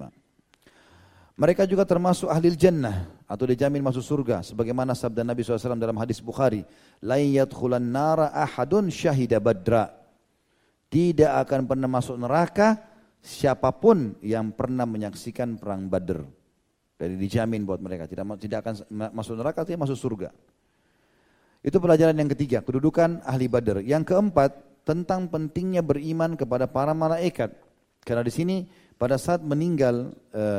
[SPEAKER 1] Mereka juga termasuk ahli jannah atau dijamin masuk surga sebagaimana sabda Nabi SAW dalam hadis Bukhari, la yadkhulan nara ahadun syahida badra. Tidak akan pernah masuk neraka siapapun yang pernah menyaksikan perang Badr. Jadi dijamin buat mereka tidak akan masuk neraka, tidak masuk surga. Itu pelajaran yang ketiga, kedudukan ahli Badr. Yang keempat, tentang pentingnya beriman kepada para malaikat. Karena di sini pada saat meninggal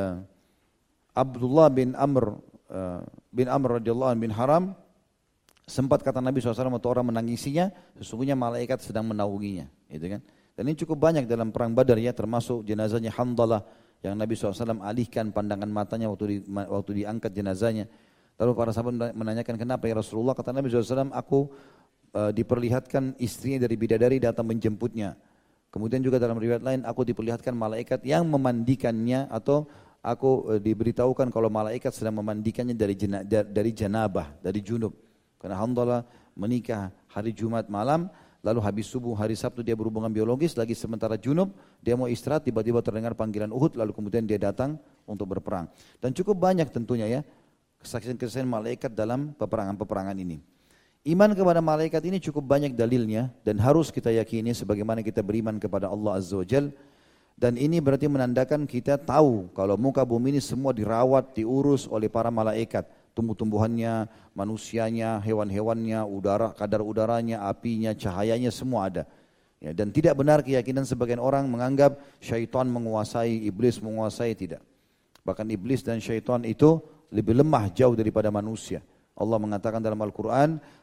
[SPEAKER 1] Abdullah bin Amr radhiyallahu anhu bin Haram, sempat kata Nabi SAW atau orang menangisinya, sesungguhnya malaikat sedang menaunginya, gitu kan? Dan ini cukup banyak dalam perang Badar ya, termasuk jenazahnya Hamdalah yang Nabi SAW alihkan pandangan matanya waktu diangkat jenazahnya. Lalu para sahabat menanyakan kenapa ya Rasulullah? Kata Nabi SAW, aku diperlihatkan istrinya dari bidadari datang menjemputnya. Kemudian juga dalam riwayat lain, aku diperlihatkan malaikat yang memandikannya, atau aku diberitahukan kalau malaikat sedang memandikannya dari janabah, dari junub. Karena Hamdalah menikah hari Jumat malam, lalu habis subuh hari Sabtu dia berhubungan biologis, lagi sementara junub, dia mau istirahat, tiba-tiba terdengar panggilan Uhud, lalu kemudian dia datang untuk berperang. Dan cukup banyak tentunya ya, kesaksian-kesaksian malaikat dalam peperangan-peperangan ini. Iman kepada malaikat ini cukup banyak dalilnya, dan harus kita yakini sebagaimana kita beriman kepada Allah Azza wa Jalla. Dan ini berarti menandakan kita tahu kalau muka bumi ini semua dirawat, diurus oleh para malaikat. Tumbuh-tumbuhannya, manusianya, hewan-hewannya, udara, kadar udaranya, apinya, cahayanya semua ada. Ya, dan tidak benar keyakinan sebagian orang menganggap syaitan menguasai, iblis menguasai, tidak. Bahkan iblis dan syaitan itu lebih lemah jauh daripada manusia. Allah mengatakan dalam Al-Quran,